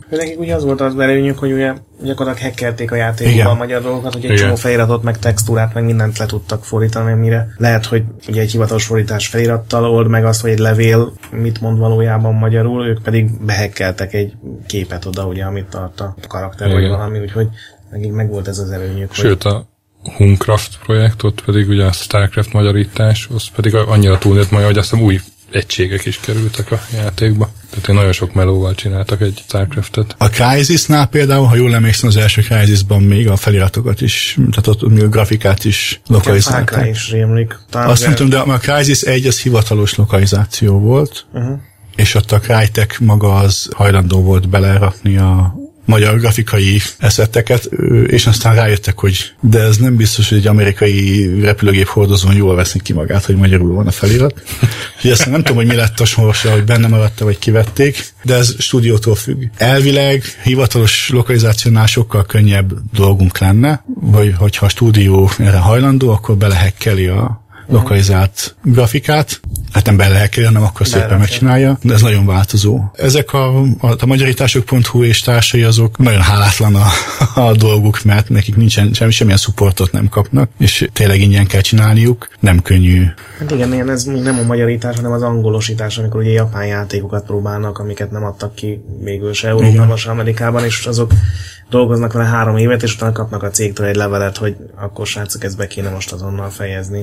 Nekik ugye az volt az előnyük, hogy ugye gyakorlatilag hackelték a játékokban a magyar dolgokat, hogy egy csomó feliratot, meg textúrát, meg mindent le tudtak fordítani, amire lehet, hogy ugye egy hivatalos fordítás felirattal old meg azt, hogy egy levél mit mond valójában magyarul, ők pedig behekkeltek egy képet oda, ugye, amit tart a karakter, vagy valami, úgyhogy nekik meg volt ez az előnyük. Sőt, a Huncraft projekt, ott pedig ugye a Starcraft magyarítás, az pedig annyira túlnőtt majd, hogy azt hiszem új egységek is kerültek a játékba. Tehát nagyon sok melóval csináltak egy Starcraftet. A Crysisnál például, ha jól emlékszem, az első Crysisban még a feliratokat is, tehát ott még a grafikát is lokalizálták. is rémlik. Azt nem tudom, de a Crysis 1 az hivatalos lokalizáció volt, és ott a Crytek maga az hajlandó volt belerakni a magyar grafikai eszetteket, és aztán rájöttek, hogy de ez nem biztos, hogy egy amerikai repülőgép hordozón jól veszik ki magát, hogy magyarul van a felirat. Úgyhogy ezt nem tudom, hogy mi lett a sorsa, hogy benne maradt, vagy kivették, de ez stúdiótól függ. Elvileg hivatalos lokalizációnál sokkal könnyebb dolgunk lenne, vagy hogyha a stúdió erre hajlandó, akkor belehekkeli a lokalizált grafikát, hát nem belehekkeli, hanem akkor szépen megcsinálja, de ez nagyon változó. Ezek a magyarítások.hu és társai azok nagyon hálátlan a dolguk, mert nekik nincsen semmilyen supportot nem kapnak, és tényleg ingyen kell csinálniuk, nem könnyű. Hát igen, ez nem a magyarítás, hanem az angolosítás, amikor ugye japán játékokat próbálnak, amiket nem adtak ki végül se Európában, se Amerikában, és azok dolgoznak vele 3 évet, és utána kapnak a cégtől egy levelet, hogy akkor srácok, ezt be kéne most azonnal fejezni.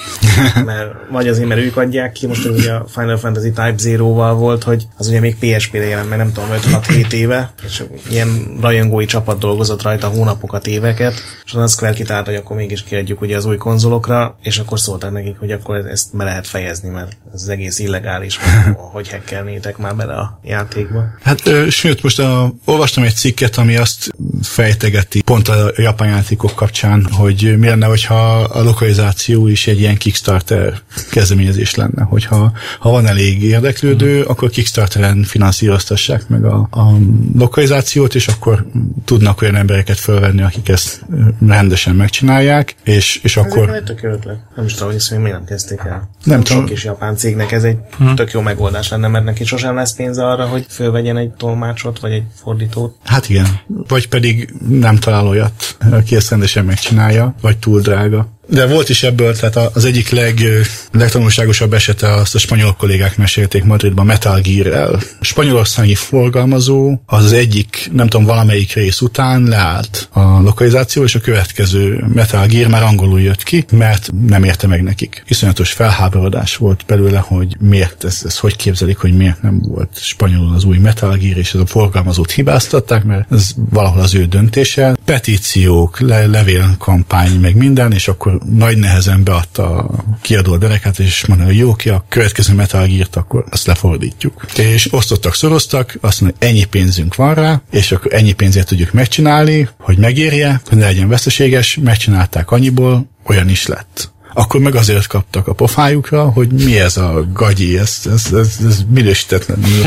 Mert, vagy azért, mert ők adják ki, most ugye a Final Fantasy Type Zero-val volt, hogy az ugye még PSP-re jelent, mert nem tudom, 5-6-7 éve, és ilyen rajongói csapat dolgozott rajta hónapokat, éveket, és az Square kitalálta, hogy akkor mégis kiadjuk ugye az új konzolokra, és akkor szóltak nekik, hogy akkor ezt be lehet fejezni, mert ez az egész illegális, hogy hackelnétek már bele a játékba. Hát sőt, most olvastam egy cikket, ami azt fejtegeti pont a japán játékok kapcsán, hogy mi lenne, hogyha a lokalizáció is egy ilyen Kickstarter kezdeményezés lenne, hogyha van elég érdeklődő, akkor Kickstarteren finanszíroztassák meg a lokalizációt, és akkor tudnak olyan embereket fölvenni, akik ezt rendesen megcsinálják, és akkor... Ez egy tök jó ötlet. Nem is tudom, hogy ezt még nem kezdték el. Nem tudom. Sok kis japán cégnek ez egy tök jó megoldás lenne, mert neki sosem lesz pénze arra, hogy fölvegyen egy tolmácsot, vagy egy fordítót. Hát igen. Vagy pedig nem talál olyat, aki ezt rendesen megcsinálja, vagy túl drága. De volt is ebből, tehát az egyik legtanulságosabb esete azt a spanyol kollégák mesélték Madridban Metal Gear-rel. Spanyolországi forgalmazó az egyik, nem tudom, valamelyik rész után leállt a lokalizáció, és a következő Metal Gear már angolul jött ki, mert nem érte meg nekik. Iszonyatos felháborodás volt belőle, hogy miért ez hogy képzelik, hogy miért nem volt spanyolul az új Metal Gear, és ez a forgalmazót hibáztatták, mert ez valahol az ő döntése. Petíciók, levélkampány, meg minden, és akkor nagy nehezen beadta a kiadó a derekát, és mondta, hogy jó, ki a következő Metal Gear-t, akkor azt lefordítjuk. És osztottak, szoroztak, azt mondja, hogy ennyi pénzünk van rá, és akkor ennyi pénzért tudjuk megcsinálni, hogy megérje, hogy ne legyen veszteséges, megcsinálták annyiból, olyan is lett. Akkor meg azért kaptak a pofájukra, hogy mi ez a gagyi, ez minősítetlenül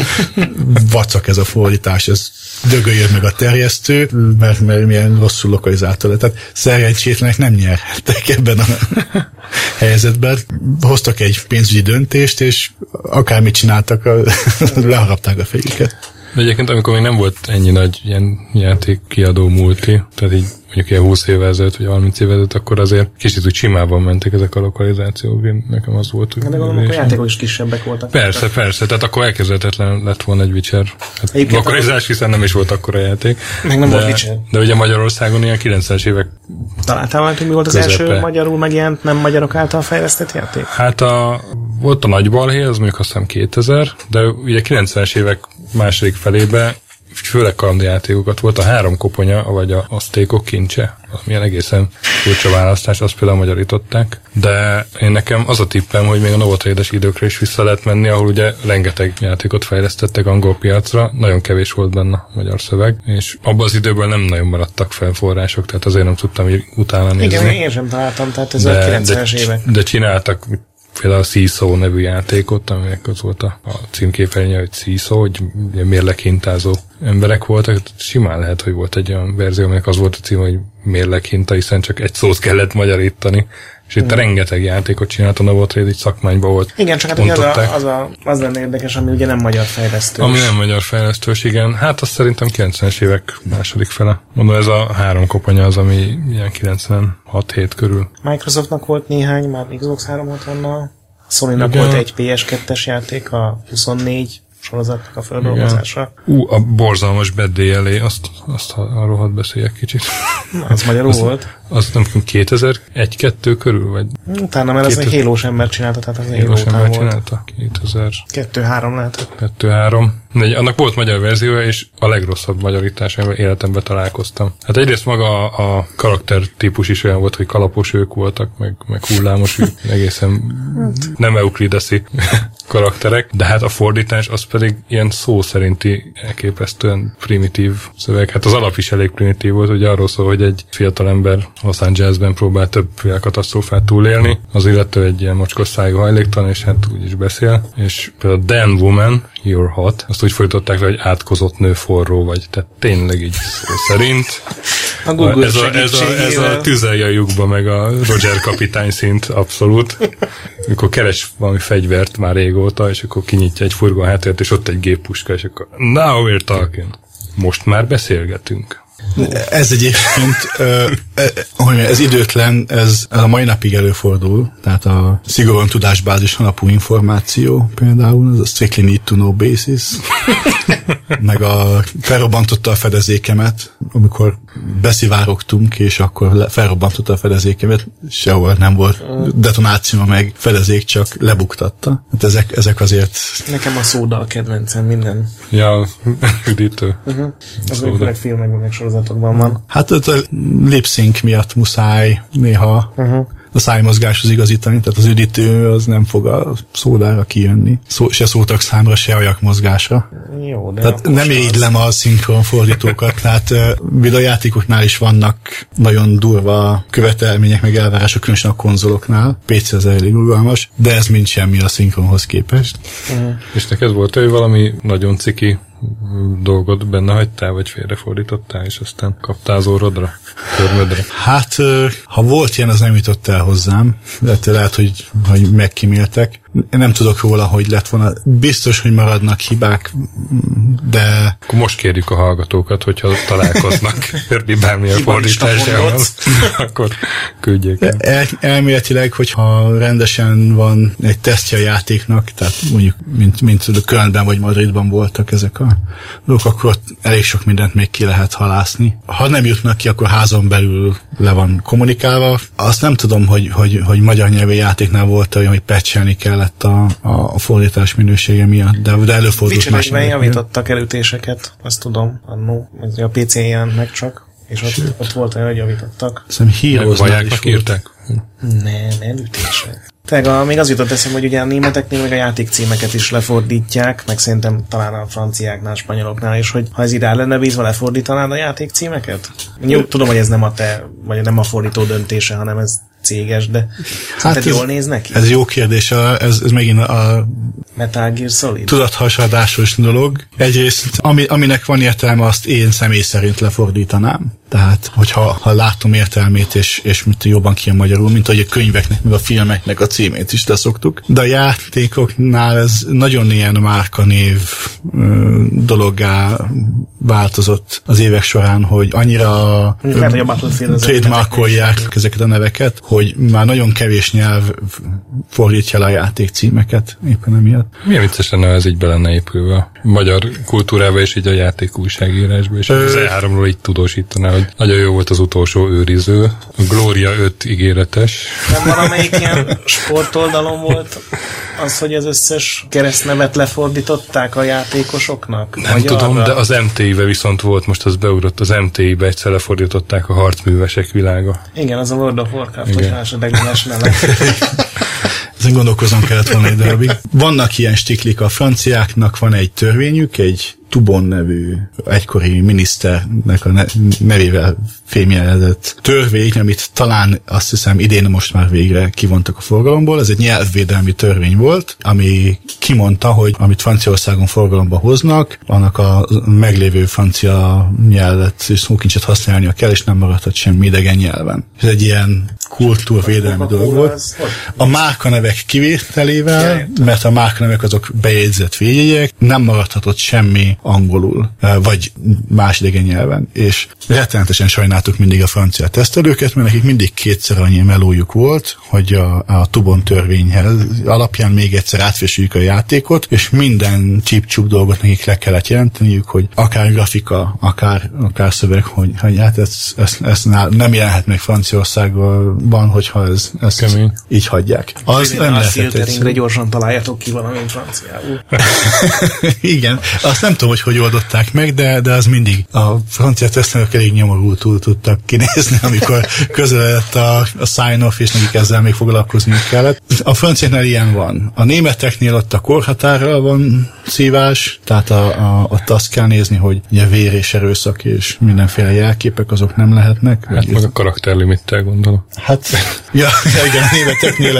vacak ez a fordítás, ez dögöljön meg a terjesztő, mert milyen rosszul lokalizátor. Tehát szerencsétlenek nem nyerhettek ebben a helyzetben. Hoztak egy pénzügyi döntést, és akármit csináltak, leharapták a fejüket. De egyébként, amikor még nem volt ennyi nagy ilyen játékkiadó multi, tehát így mondjuk ilyen 20 évvel ezelőtt, vagy 30 évvel ezelőtt, akkor azért kicsit úgy simában mentek ezek a lokalizációk. Nekem az volt. De gondolom, a játékok is kisebbek voltak. Persze, tehát akkor elképzelhetetlen lett volna egy Witcher. Hát lokalizás, hiszen nem is volt akkora játék. Meg nem volt Witcher. De ugye Magyarországon ilyen 90-es évek találtál valamit, hogy mi volt az első magyarul megjelent, nem magyarok által fejlesztett játék? Hát volt a Nagy Balhé, az mondjuk azt hiszem 2000, de ugye 90-es évek második felébe főleg kalandjátékokat volt, a 3 koponya, vagy a Aztékok kincse, az milyen egészen furcsa választás, azt például magyarították. De én nekem az a tippem, hogy még a Novotrade-es időkre is vissza lehet menni, ahol ugye rengeteg játékot fejlesztettek angol piacra, nagyon kevés volt benne a magyar szöveg, és abban az időből nem nagyon maradtak fel források, tehát azért nem tudtam így utána nézni. Igen, én sem találtam, tehát ez a 90-es évek. De csináltak például a Seesaw nevű játékot, aminek az volt a címképernyője, hogy Seesaw, hogy mérlekhintázó emberek voltak. Simán lehet, hogy volt egy olyan verzió, aminek az volt a cím, hogy mérleghinta, hiszen csak egy szót kellett magyarítani. És itt rengeteg játékot csinált a Novotrade, így szakmányban volt. Igen, csak hát az lenne érdekes, ami ugye nem magyar fejlesztős. Ami nem magyar fejlesztős, igen. Hát azt szerintem 90-es évek második fele. Mondom, ez a 3 kopanya az, ami ilyen 96-7 körül. Microsoftnak volt néhány, már Xbox 360-nal. Sony-nak volt egy PS2-es játék, a 24 sorozatnak a feldolgozása. A borzalmas Bad DLA, azt arról hadd beszéljek kicsit. Az magyarul volt. Az nem tudom, 2001-2 körül, vagy? Utána, mert 2000... az egy Halo-s ember csinálta, tehát az egy Halo-s ember csinálta. 2-3 lehetett. 2-3. De annak volt magyar verziója, és a legrosszabb magyarítás, amivel életemben találkoztam. Hát egyrészt maga a karaktertípus is olyan volt, hogy kalapos ők voltak, meg hullámos ők, egészen nem euklideszi karakterek, de hát a fordítás az pedig ilyen szó szerinti elképesztően primitív szöveg. Hát az alap is elég primitív volt, hogy arról szól, hogy egy fiatalember Los Angelesben próbál több katasztrófát túlélni. Az illető egy ilyen mocskos szájú hajléktalan, és hát úgy is beszél. És például Dan Woman, You're Hot, azt úgy fordították le, hogy átkozott nő forró vagy. Tehát tényleg így szó szerint. Ez a tüzelje a lyukba, meg a Roger kapitány szint abszolút. Amikor keres valami fegyvert már régóta, és akkor kinyitja egy furgon háttért, és ott egy géppuska, és akkor now we're talking. Most már beszélgetünk. Ez egyébként, ez időtlen, ez a mai napig előfordul, tehát a szigorúan tudásbázis alapú információ például, ez a strictly need to know basis, meg a felrobbantotta a fedezékemet, amikor beszivárogtunk, és akkor felrobbantotta a fedezékemet, sehol nem volt detonáció, meg fedezék, csak lebuktatta. Hát ezek azért... Nekem a szóda a kedvencem minden. Ja, üdítő. Az főleg filmekben, meg sorozatokban van. Hát a lip-sync miatt muszáj néha a szájmozgáshoz igazítani, tehát az üdítő az nem fog a szódára kijönni. Se szótak számra, se ajak mozgásra. Jó, de tehát nem irigylem a szinkron fordítókat, tehát videójátékoknál is vannak nagyon durva követelmények, meg elvárások, különösen a konzoloknál. PC az elég rugalmas, de ez mind semmi a szinkronhoz képest. És neked volt valami nagyon ciki dolgot benne hagytál, vagy félrefordítottál, és aztán kaptál az orrodra, körmödre? Hát, ha volt ilyen, az nem jutott el hozzám. Lehet, hogy megkíméltek. Nem tudok róla, hogy lett volna. Biztos, hogy maradnak hibák, de... Akkor most kérjük a hallgatókat, hogyha találkoznak bármilyen fordításával, akkor küldjék el. Elméletileg, hogyha rendesen van egy tesztje a játéknak, tehát mondjuk, mint a Kölnben vagy Madridban voltak ezek a dolgok, akkor ott elég sok mindent még ki lehet halászni. Ha nem jutnak ki, akkor házon belül le van kommunikálva. Azt nem tudom, hogy magyar nyelvű játéknál volt olyan, hogy patchelni kellett a fordítás minősége miatt, de előfordult más. Witcher 1-ben javítottak elütéseket, azt tudom, annó, a PC-n jelent meg csak, és ott volt olyan, hogy javítottak. Szerintem Heroesnak írták? Nem, elütések. Tehát még az jutott eszembe, hogy ugye a németeknél meg a játékcímeket is lefordítják, meg szerintem talán a franciáknál, a spanyoloknál is, hogy ha ez irá lenne bízva, lefordítanád a játékcímeket? Jó, tudom, hogy ez nem a te, vagy nem a fordító döntése, hanem ez céges, de hát jól néz neki? Ez jó kérdés, ez megint a Metal Gear Solid? Tudathasadásos dolog. Egyrészt, aminek van értelme, azt én személy szerint lefordítanám. Tehát, hogyha látom értelmét, és jobban kijön magyarul, mint hogy a könyveknek, meg a filmeknek a címét is leszoktuk. De a játékoknál ez nagyon ilyen márkanév dologgá változott az évek során, hogy annyira trademarkolják ezeket a neveket, hogy már nagyon kevés nyelv fordítja le a játék címeket éppen emiatt. Milyen vicces lenne, ez így be lenne épülve a magyar kultúrába, és így a játék újságírásba, és az E3-ról így tudósítaná, hogy nagyon jó volt az utolsó őriző, a Gloria 5 ígéretes. Nem valamelyik ilyen sportoldalon volt az, hogy az összes keresztnevet lefordították a játékosoknak? Nem magyarra? Tudom, de az MTI-be viszont volt, most az beugrott, az MTI-be egyszer lefordították a harcművesek világa. Igen, az a World of Warcraft-os másodleges neve. Ezen gondolkozom kellett volna egy darabig. Vannak ilyen stiklik, a franciáknak van egy törvényük, egy Tubon nevű egykori miniszternek a nevével fémjelezett törvény, amit talán azt hiszem idén most már végre kivontak a forgalomból. Ez egy nyelvvédelmi törvény volt, ami kimondta, hogy amit Franciaországon forgalomba hoznak, annak a meglévő francia nyelvet és szókincset használnia kell, és nem maradhat semmi idegen nyelven. Ez egy ilyen kultúrvédelmi dolog volt. A márkanevek kivételével, mert a márkanevek azok bejegyzett védjegyek, nem maradhatott semmi angolul, vagy más idegen nyelven. És rettenetesen sajnáltuk mindig a francia tesztelőket, mert nekik mindig kétszer annyi melójuk volt, hogy a Tubon törvényhez alapján még egyszer átfésüljük a játékot, és minden csíp-csúp dolgot nekik le kellett jelenteniük, hogy akár grafika, akár szöveg, hogy hát ez nem jelenhet meg Franciaországban, hogyha ezt így hagyják. Az nem lehet filteringre gyorsan találjatok ki valamint franciául. Igen, azt nem tudom, hogy oldották meg, de az mindig a francia tesztelők elég nyomorultul tudtak kinézni, amikor közeledett a sign-off, és nekik ezzel még foglalkozniuk kellett. A franciáknál ilyen van. A németeknél ott a korhatárral van szívás, tehát ott azt kell nézni, hogy ugye vér és erőszak és mindenféle jelképek azok nem lehetnek. Hát meg a karakterlimittel gondolom. Hát, ja, igen, a németeknél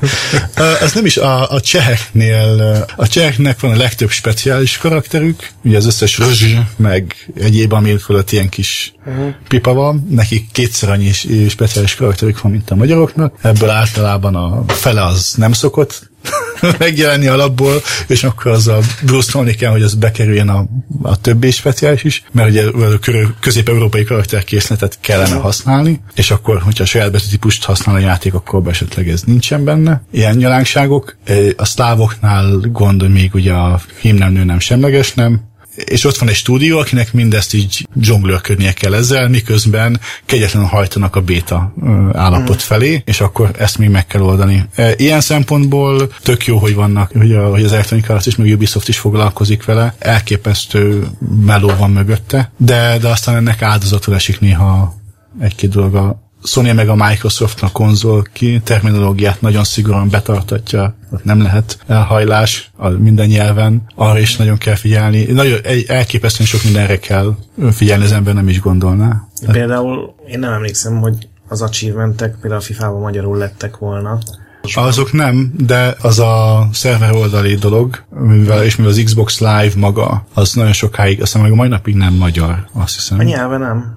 ez nem is a cseheknél. A cseheknek van a legtöbb speciális karakterük, ugye az összes rözs, meg egyéb, ami fölött ilyen kis pipa van, nekik kétszer annyi speciális karakterük van, mint a magyaroknak. Ebből általában a fele az nem szokott megjelenni alapból, és akkor azzal brusztolni kell, hogy az bekerüljen a többi speciális is, mert ugye közép-európai karakterkészletet kellene használni, és akkor, hogyha a saját betűtípust használ a játék, akkor esetleg ez nincsen benne. Ilyen nyalánkságok. A szlávoknál gond, még ugye a hímnemnő nem semleges nem, és ott van egy stúdió, akinek mindezt így zsonglőrködnie kell ezzel, miközben kegyetlenül hajtanak a béta állapot felé, és akkor ezt még meg kell oldani. Ilyen szempontból tök jó, hogy vannak, hogy az Electronic Arts is, meg Ubisoft is foglalkozik vele, elképesztő meló van mögötte, de aztán ennek áldozatul esik néha egy-két dolog. A Sony meg a Microsoft a konzol terminológiát nagyon szigorúan betartatja, ott nem lehet elhajlás minden nyelven, arra is nagyon kell figyelni. Nagyon elképesztően sok mindenre kell figyelni, az ember nem is gondolná. Például én nem emlékszem, hogy az achievementek például a FIFA-ban magyarul lettek volna. Azok nem, de az a szerver oldali dolog, mivel az Xbox Live maga, az nagyon sokáig, aztán meg a mai napig nem magyar, azt hiszem. A nyelve nem.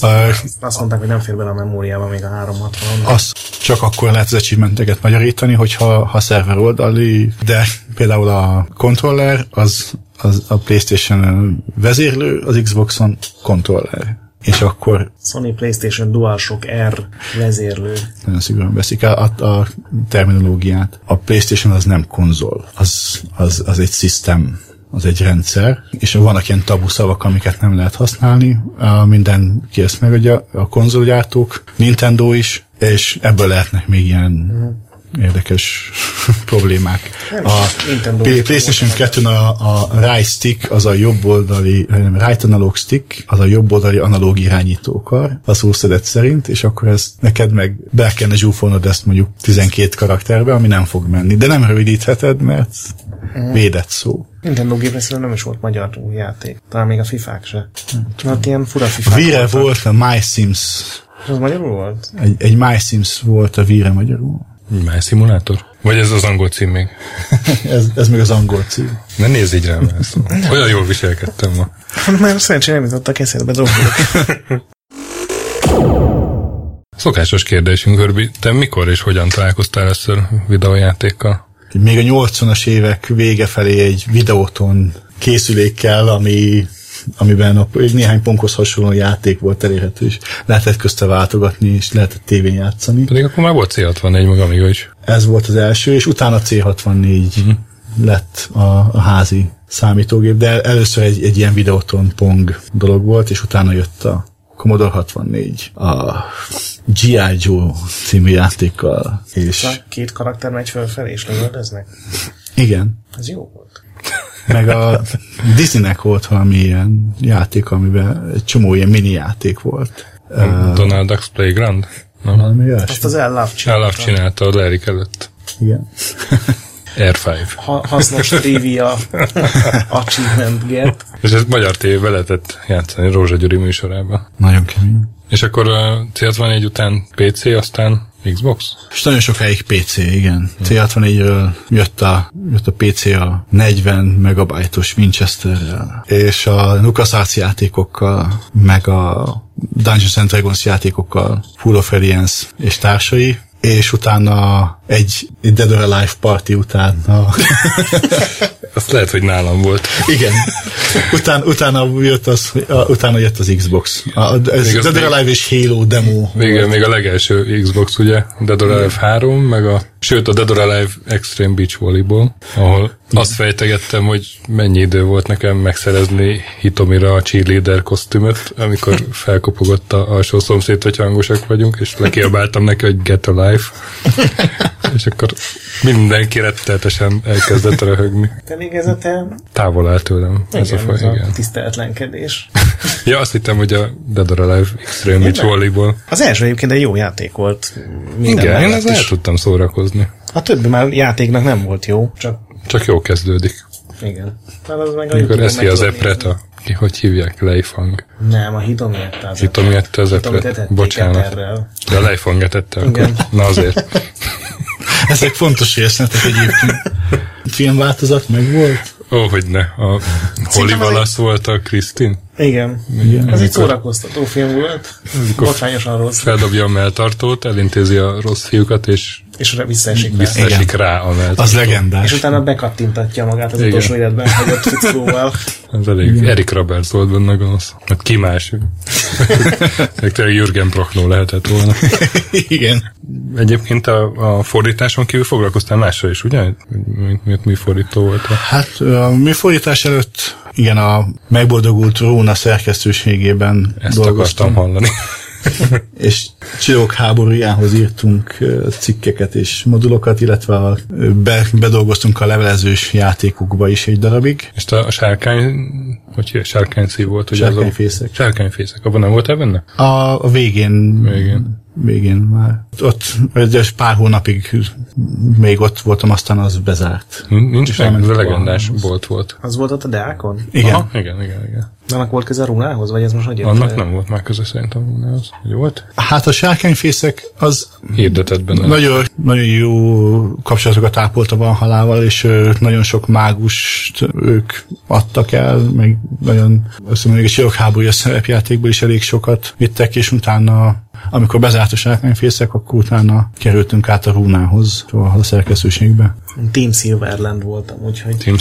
Azt mondták, hogy nem fér bele a memóriába még a 360-on. Azt csak akkor lehet az achievementeket magyarítani, hogyha szerver oldali, de például a controller, az a PlayStation vezérlő, az Xboxon controller. És akkor Sony PlayStation DualShock R vezérlő. Nagyon szigorúan veszik a terminológiát. A PlayStation az nem konzol, az egy system, az egy rendszer, és vannak ilyen tabu szavak, amiket nem lehet használni. Mindenki ezt megadja, a konzolgyártók, Nintendo is, és ebből lehetnek még ilyen érdekes problémák. A PlayStation 2-n a right stick, az a jobboldali, right analog stick, az a jobboldali analóg irányítókar, a szószedet szerint, és akkor ezt neked meg be kellene zsúfolnod ezt mondjuk 12 karakterbe, ami nem fog menni. De nem rövidítheted, mert védett szó. Nintendo gépről nem is volt magyar játék. Talán még a FIFA-k se. Hát ilyen fura FIFA-k Vire volt a My Sims. Az magyarul volt? Egy My Sims volt a Vire magyarul. My Simulator? Vagy ez az angol cím még? ez még az angol cím. Ne nézz így rám, olyan jól viselkedtem ma. Már szerencsére nem jutottak eszedbe dolgok. Szokásos kérdésünk, Hörbi. Te mikor és hogyan találkoztál először videójátékkal? Még a 80-as évek vége felé egy videóton készülékkel, amiben néhány ponthoz hasonló játék volt elérhető, és lehetett közte váltogatni, és lehetett tévén játszani. Pedig akkor már volt C64 meg Amiga is. Ez volt az első, és utána C64 lett a házi számítógép, de először egy ilyen videóton Pong dolog volt, és utána jött a Commodore 64, a G.I. Joe című játékkal. És két karakter megy fölfelé, és lövöldöznek? Igen. Ez jó volt. Meg a Disneynek volt valami ilyen játék, amiben egy csomó ilyen mini játék volt. Donald Duck's Playground? Azt az El Love csinálta a Larry előtt. Igen. R5. Hasznos trivia achievement get. És ez magyar tévébe lehetett játszani Rózsa Gyuri műsorában. Nagyon kemény. És akkor a C64 után PC, aztán Xbox? És nagyon sokáig PC, igen. C64-ről jött a PC a 40 megabajtos Winchesterrel, és a LucasArts játékokkal, meg a Dungeons and Dragons játékokkal, Full of Radiance és társai, és utána egy Dead or Alive party után Azt lehet, hogy nálam volt. igen. Utána jött az Xbox. Dead or Alive és Halo demo. Még a legelső Xbox, ugye? Dead or Alive 3, meg a Dead or Alive Extreme Beach Volleyball, ahol azt fejtegettem, hogy mennyi idő volt nekem megszerezni Hitomira a cheerleader kosztümöt, amikor felkopogott a alsó szomszéd, hogy hangosak vagyunk, és lekiabáltam neki, hogy Get Alive. És akkor mindenki rettenetesen elkezdett röhögni. Te még ez a te... Távol áll tőlem. Ez a faj, igen. Tiszteletlenkedés. Ja, azt hittem, hogy a Dead or Alive Extreme Beach Volleyball. Az első egyébként egy jó játék volt. Igen, én ezzel el tudtam szórakozni. A többi már játéknak nem volt jó, csak jó kezdődik. Igen. Az meg amikor eszi az epret, hogy hívják? Leifang. Nem, a Hitomi ette az epret. Hitomi ette az epret. Bocsánat. De a Leifang etette akkor. Na azért. Ezek fontos részletek egyébként. Filmváltozat meg volt? Hogyne. A Holly Wallace volt a Krisztin? Igen. Ez egy szórakoztató film volt. Bocsányosan rossz. Feldobja a melltartót, elintézi a rossz fiúkat, és visszaesik rá a melltartót. Az legendás. És utána bekattintatja magát az utolsó életben hagyott fickóval. Ez elég. Eric Roberts volt benne gonosz. Hát ki más? Tényleg Jürgen Prochnow lehetett volna. Igen. Egyébként a fordításon kívül foglalkoztál mással is, ugye? Mint műfordító volt? Hát a műfordítás előtt igen, a megboldogult Róna szerkesztőségében ezt dolgoztam. Ezt akartam hallani. És Csillók háborújához írtunk cikkeket és modulokat, illetve bedolgoztunk a levelezős játékokba is egy darabig. És a sárkány, hogy sárkányszív volt? Sárkányfészek. Sárkányfészek. Abban nem voltál benne? A végén már. Ott pár hónapig még ott voltam, aztán az bezárt. Nincs meg, ez a legendás bolt volt. Az volt ott a Deákon? Igen. Aha, igen. Annak volt köze a Rónához, vagy ez most hogy annak nem volt már köze szerintem a Rónához. Hogy volt? Hát a sárkányfészek az hirdetett benne. Nagyon jó kapcsolatokat ápolta Valhallával, és nagyon sok mágust ők adtak el, meg nagyon, azt mondom, hogy a Csillók háborúja szerepjátékból is elég sokat vittek, és utána amikor bezárt a sárkányfészek, akkor utána kerültünk át a Rónához, a szerkesztőségbe. Team Silverland voltam, úgyhogy...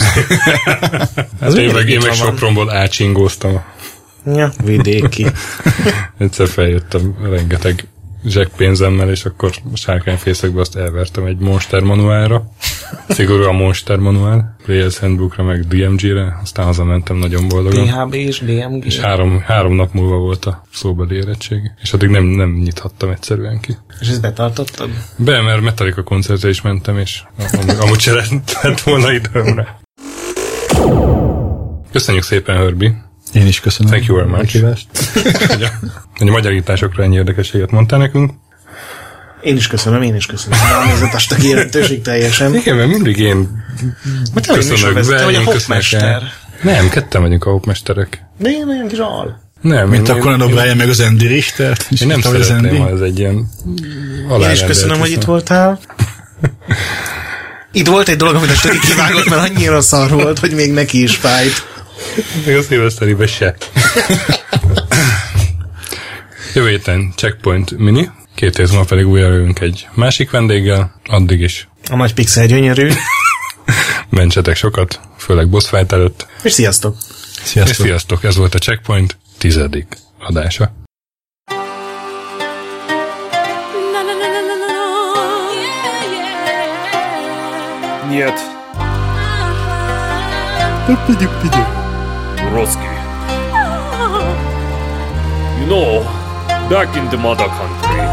Hát én meg Sopronból ácsingóztam. Ja, vidéki. Egyszer feljöttem rengeteg zseppénzemmel, és akkor a sárkányfészekbe azt elvertem egy Monster manuálra. Szigorúan Monster manuál, Players Handbookra, meg DMG-re, aztán hazamentem nagyon boldogan. THB és DMG. És három nap múlva volt a szóbeli érettség. És addig nem nyithattam egyszerűen ki. És ezt betartottad? Mert Metallica koncertre is mentem, és amúgy se lett volna időmre. Köszönjük szépen, Herbie! Én is köszönöm. Thank you very much. Hogy a magyarításokra ennyi érdekességet mondtál nekünk. Én is köszönöm. Ránézett a jelentőség teljesen. Igen, mert mindig én köszönök be, vagy a hopmester. Nem, ketten vagyunk a hopmesterek. De én olyan kis al. Nem, mint a Conan O'Brien meg az Andy Richter. Én nem szeretném, ha ez egy ilyen alárendelt. Én is köszönöm, hogy itt voltál. Itt volt egy dolog, amit a Stöki kivágott, mert annyira szar volt, hogy még neki is fájt. Még a szilveszteribe se. Jövő héten Checkpoint Mini, 2 hét múlva pedig újra jövünk egy másik vendéggel, addig is. A nagy pixel gyönyörű. Mentsetek sokat, főleg boss fight előtt. És sziasztok! És sziasztok, ez volt a Checkpoint 10. adása. Нет. Roski. You know, back in the mother country.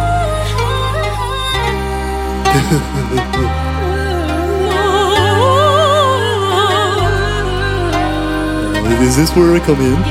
Is this where I come in?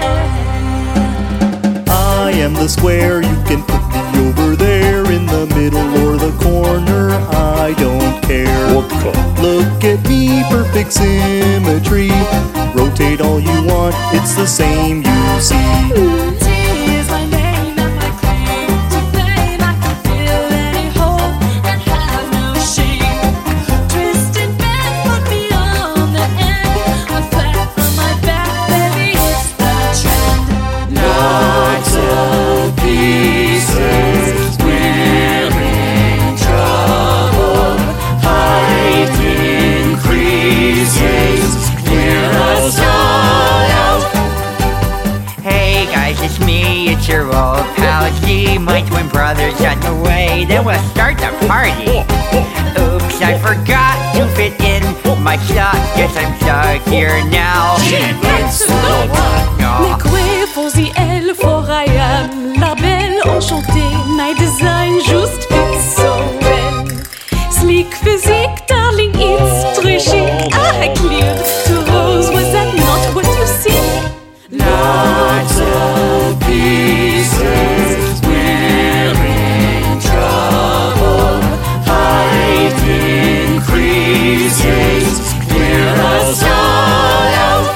I am the square, you can put me over there in the middle or the corner. I don't care. Vodka. Look at me, perfect symmetry. Rotate all you want, it's the same you see. Tis my name and my claim to fame. I can fill any hole and have no shame. Twist and bend, put me on the end. I'm flat on my back, baby, it's the trend. Lots of pieces, we're in trouble. Height increases, clear us all out. Hey guys, it's me, it's your old pal G. My twin brother's on the way, then we'll start the party. Oops, I forgot to fit in my slot. Guess I'm stuck here now. That's the one. Mais que vous y elle for I am la belle enchantée. My design just fits so well. Sleek physique, darling, it's très chic. I cleared to rose, was that not what you see? Lots of pieces, we're in trouble. Height increases, clear us all out.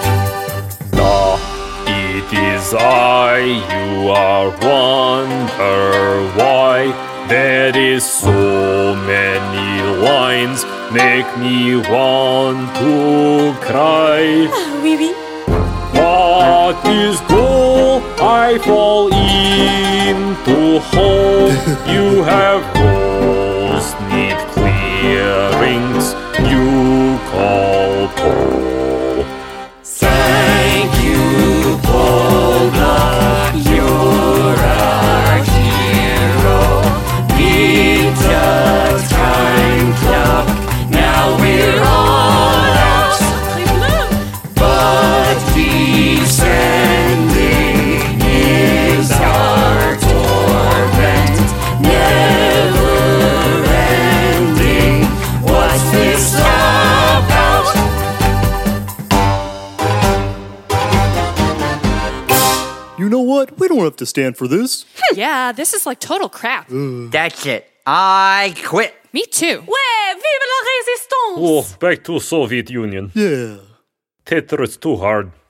It is I, you are wonder why there is so many lines make me want to cry. Oui, oui. What is goal? I fall into hole. You have goals, need clearings. You call Paul. Thank you, Paul Blart. You're our hero. Beat the time clock. Now we're all out. But descending is our torment. Never ending. What's this about? You know what? We don't have to stand for this. Yeah, this is like total crap. That's it. I quit. Me too. Ouais, vive la résistance! Oh, back to Soviet Union. Yeah. Tetris too hard.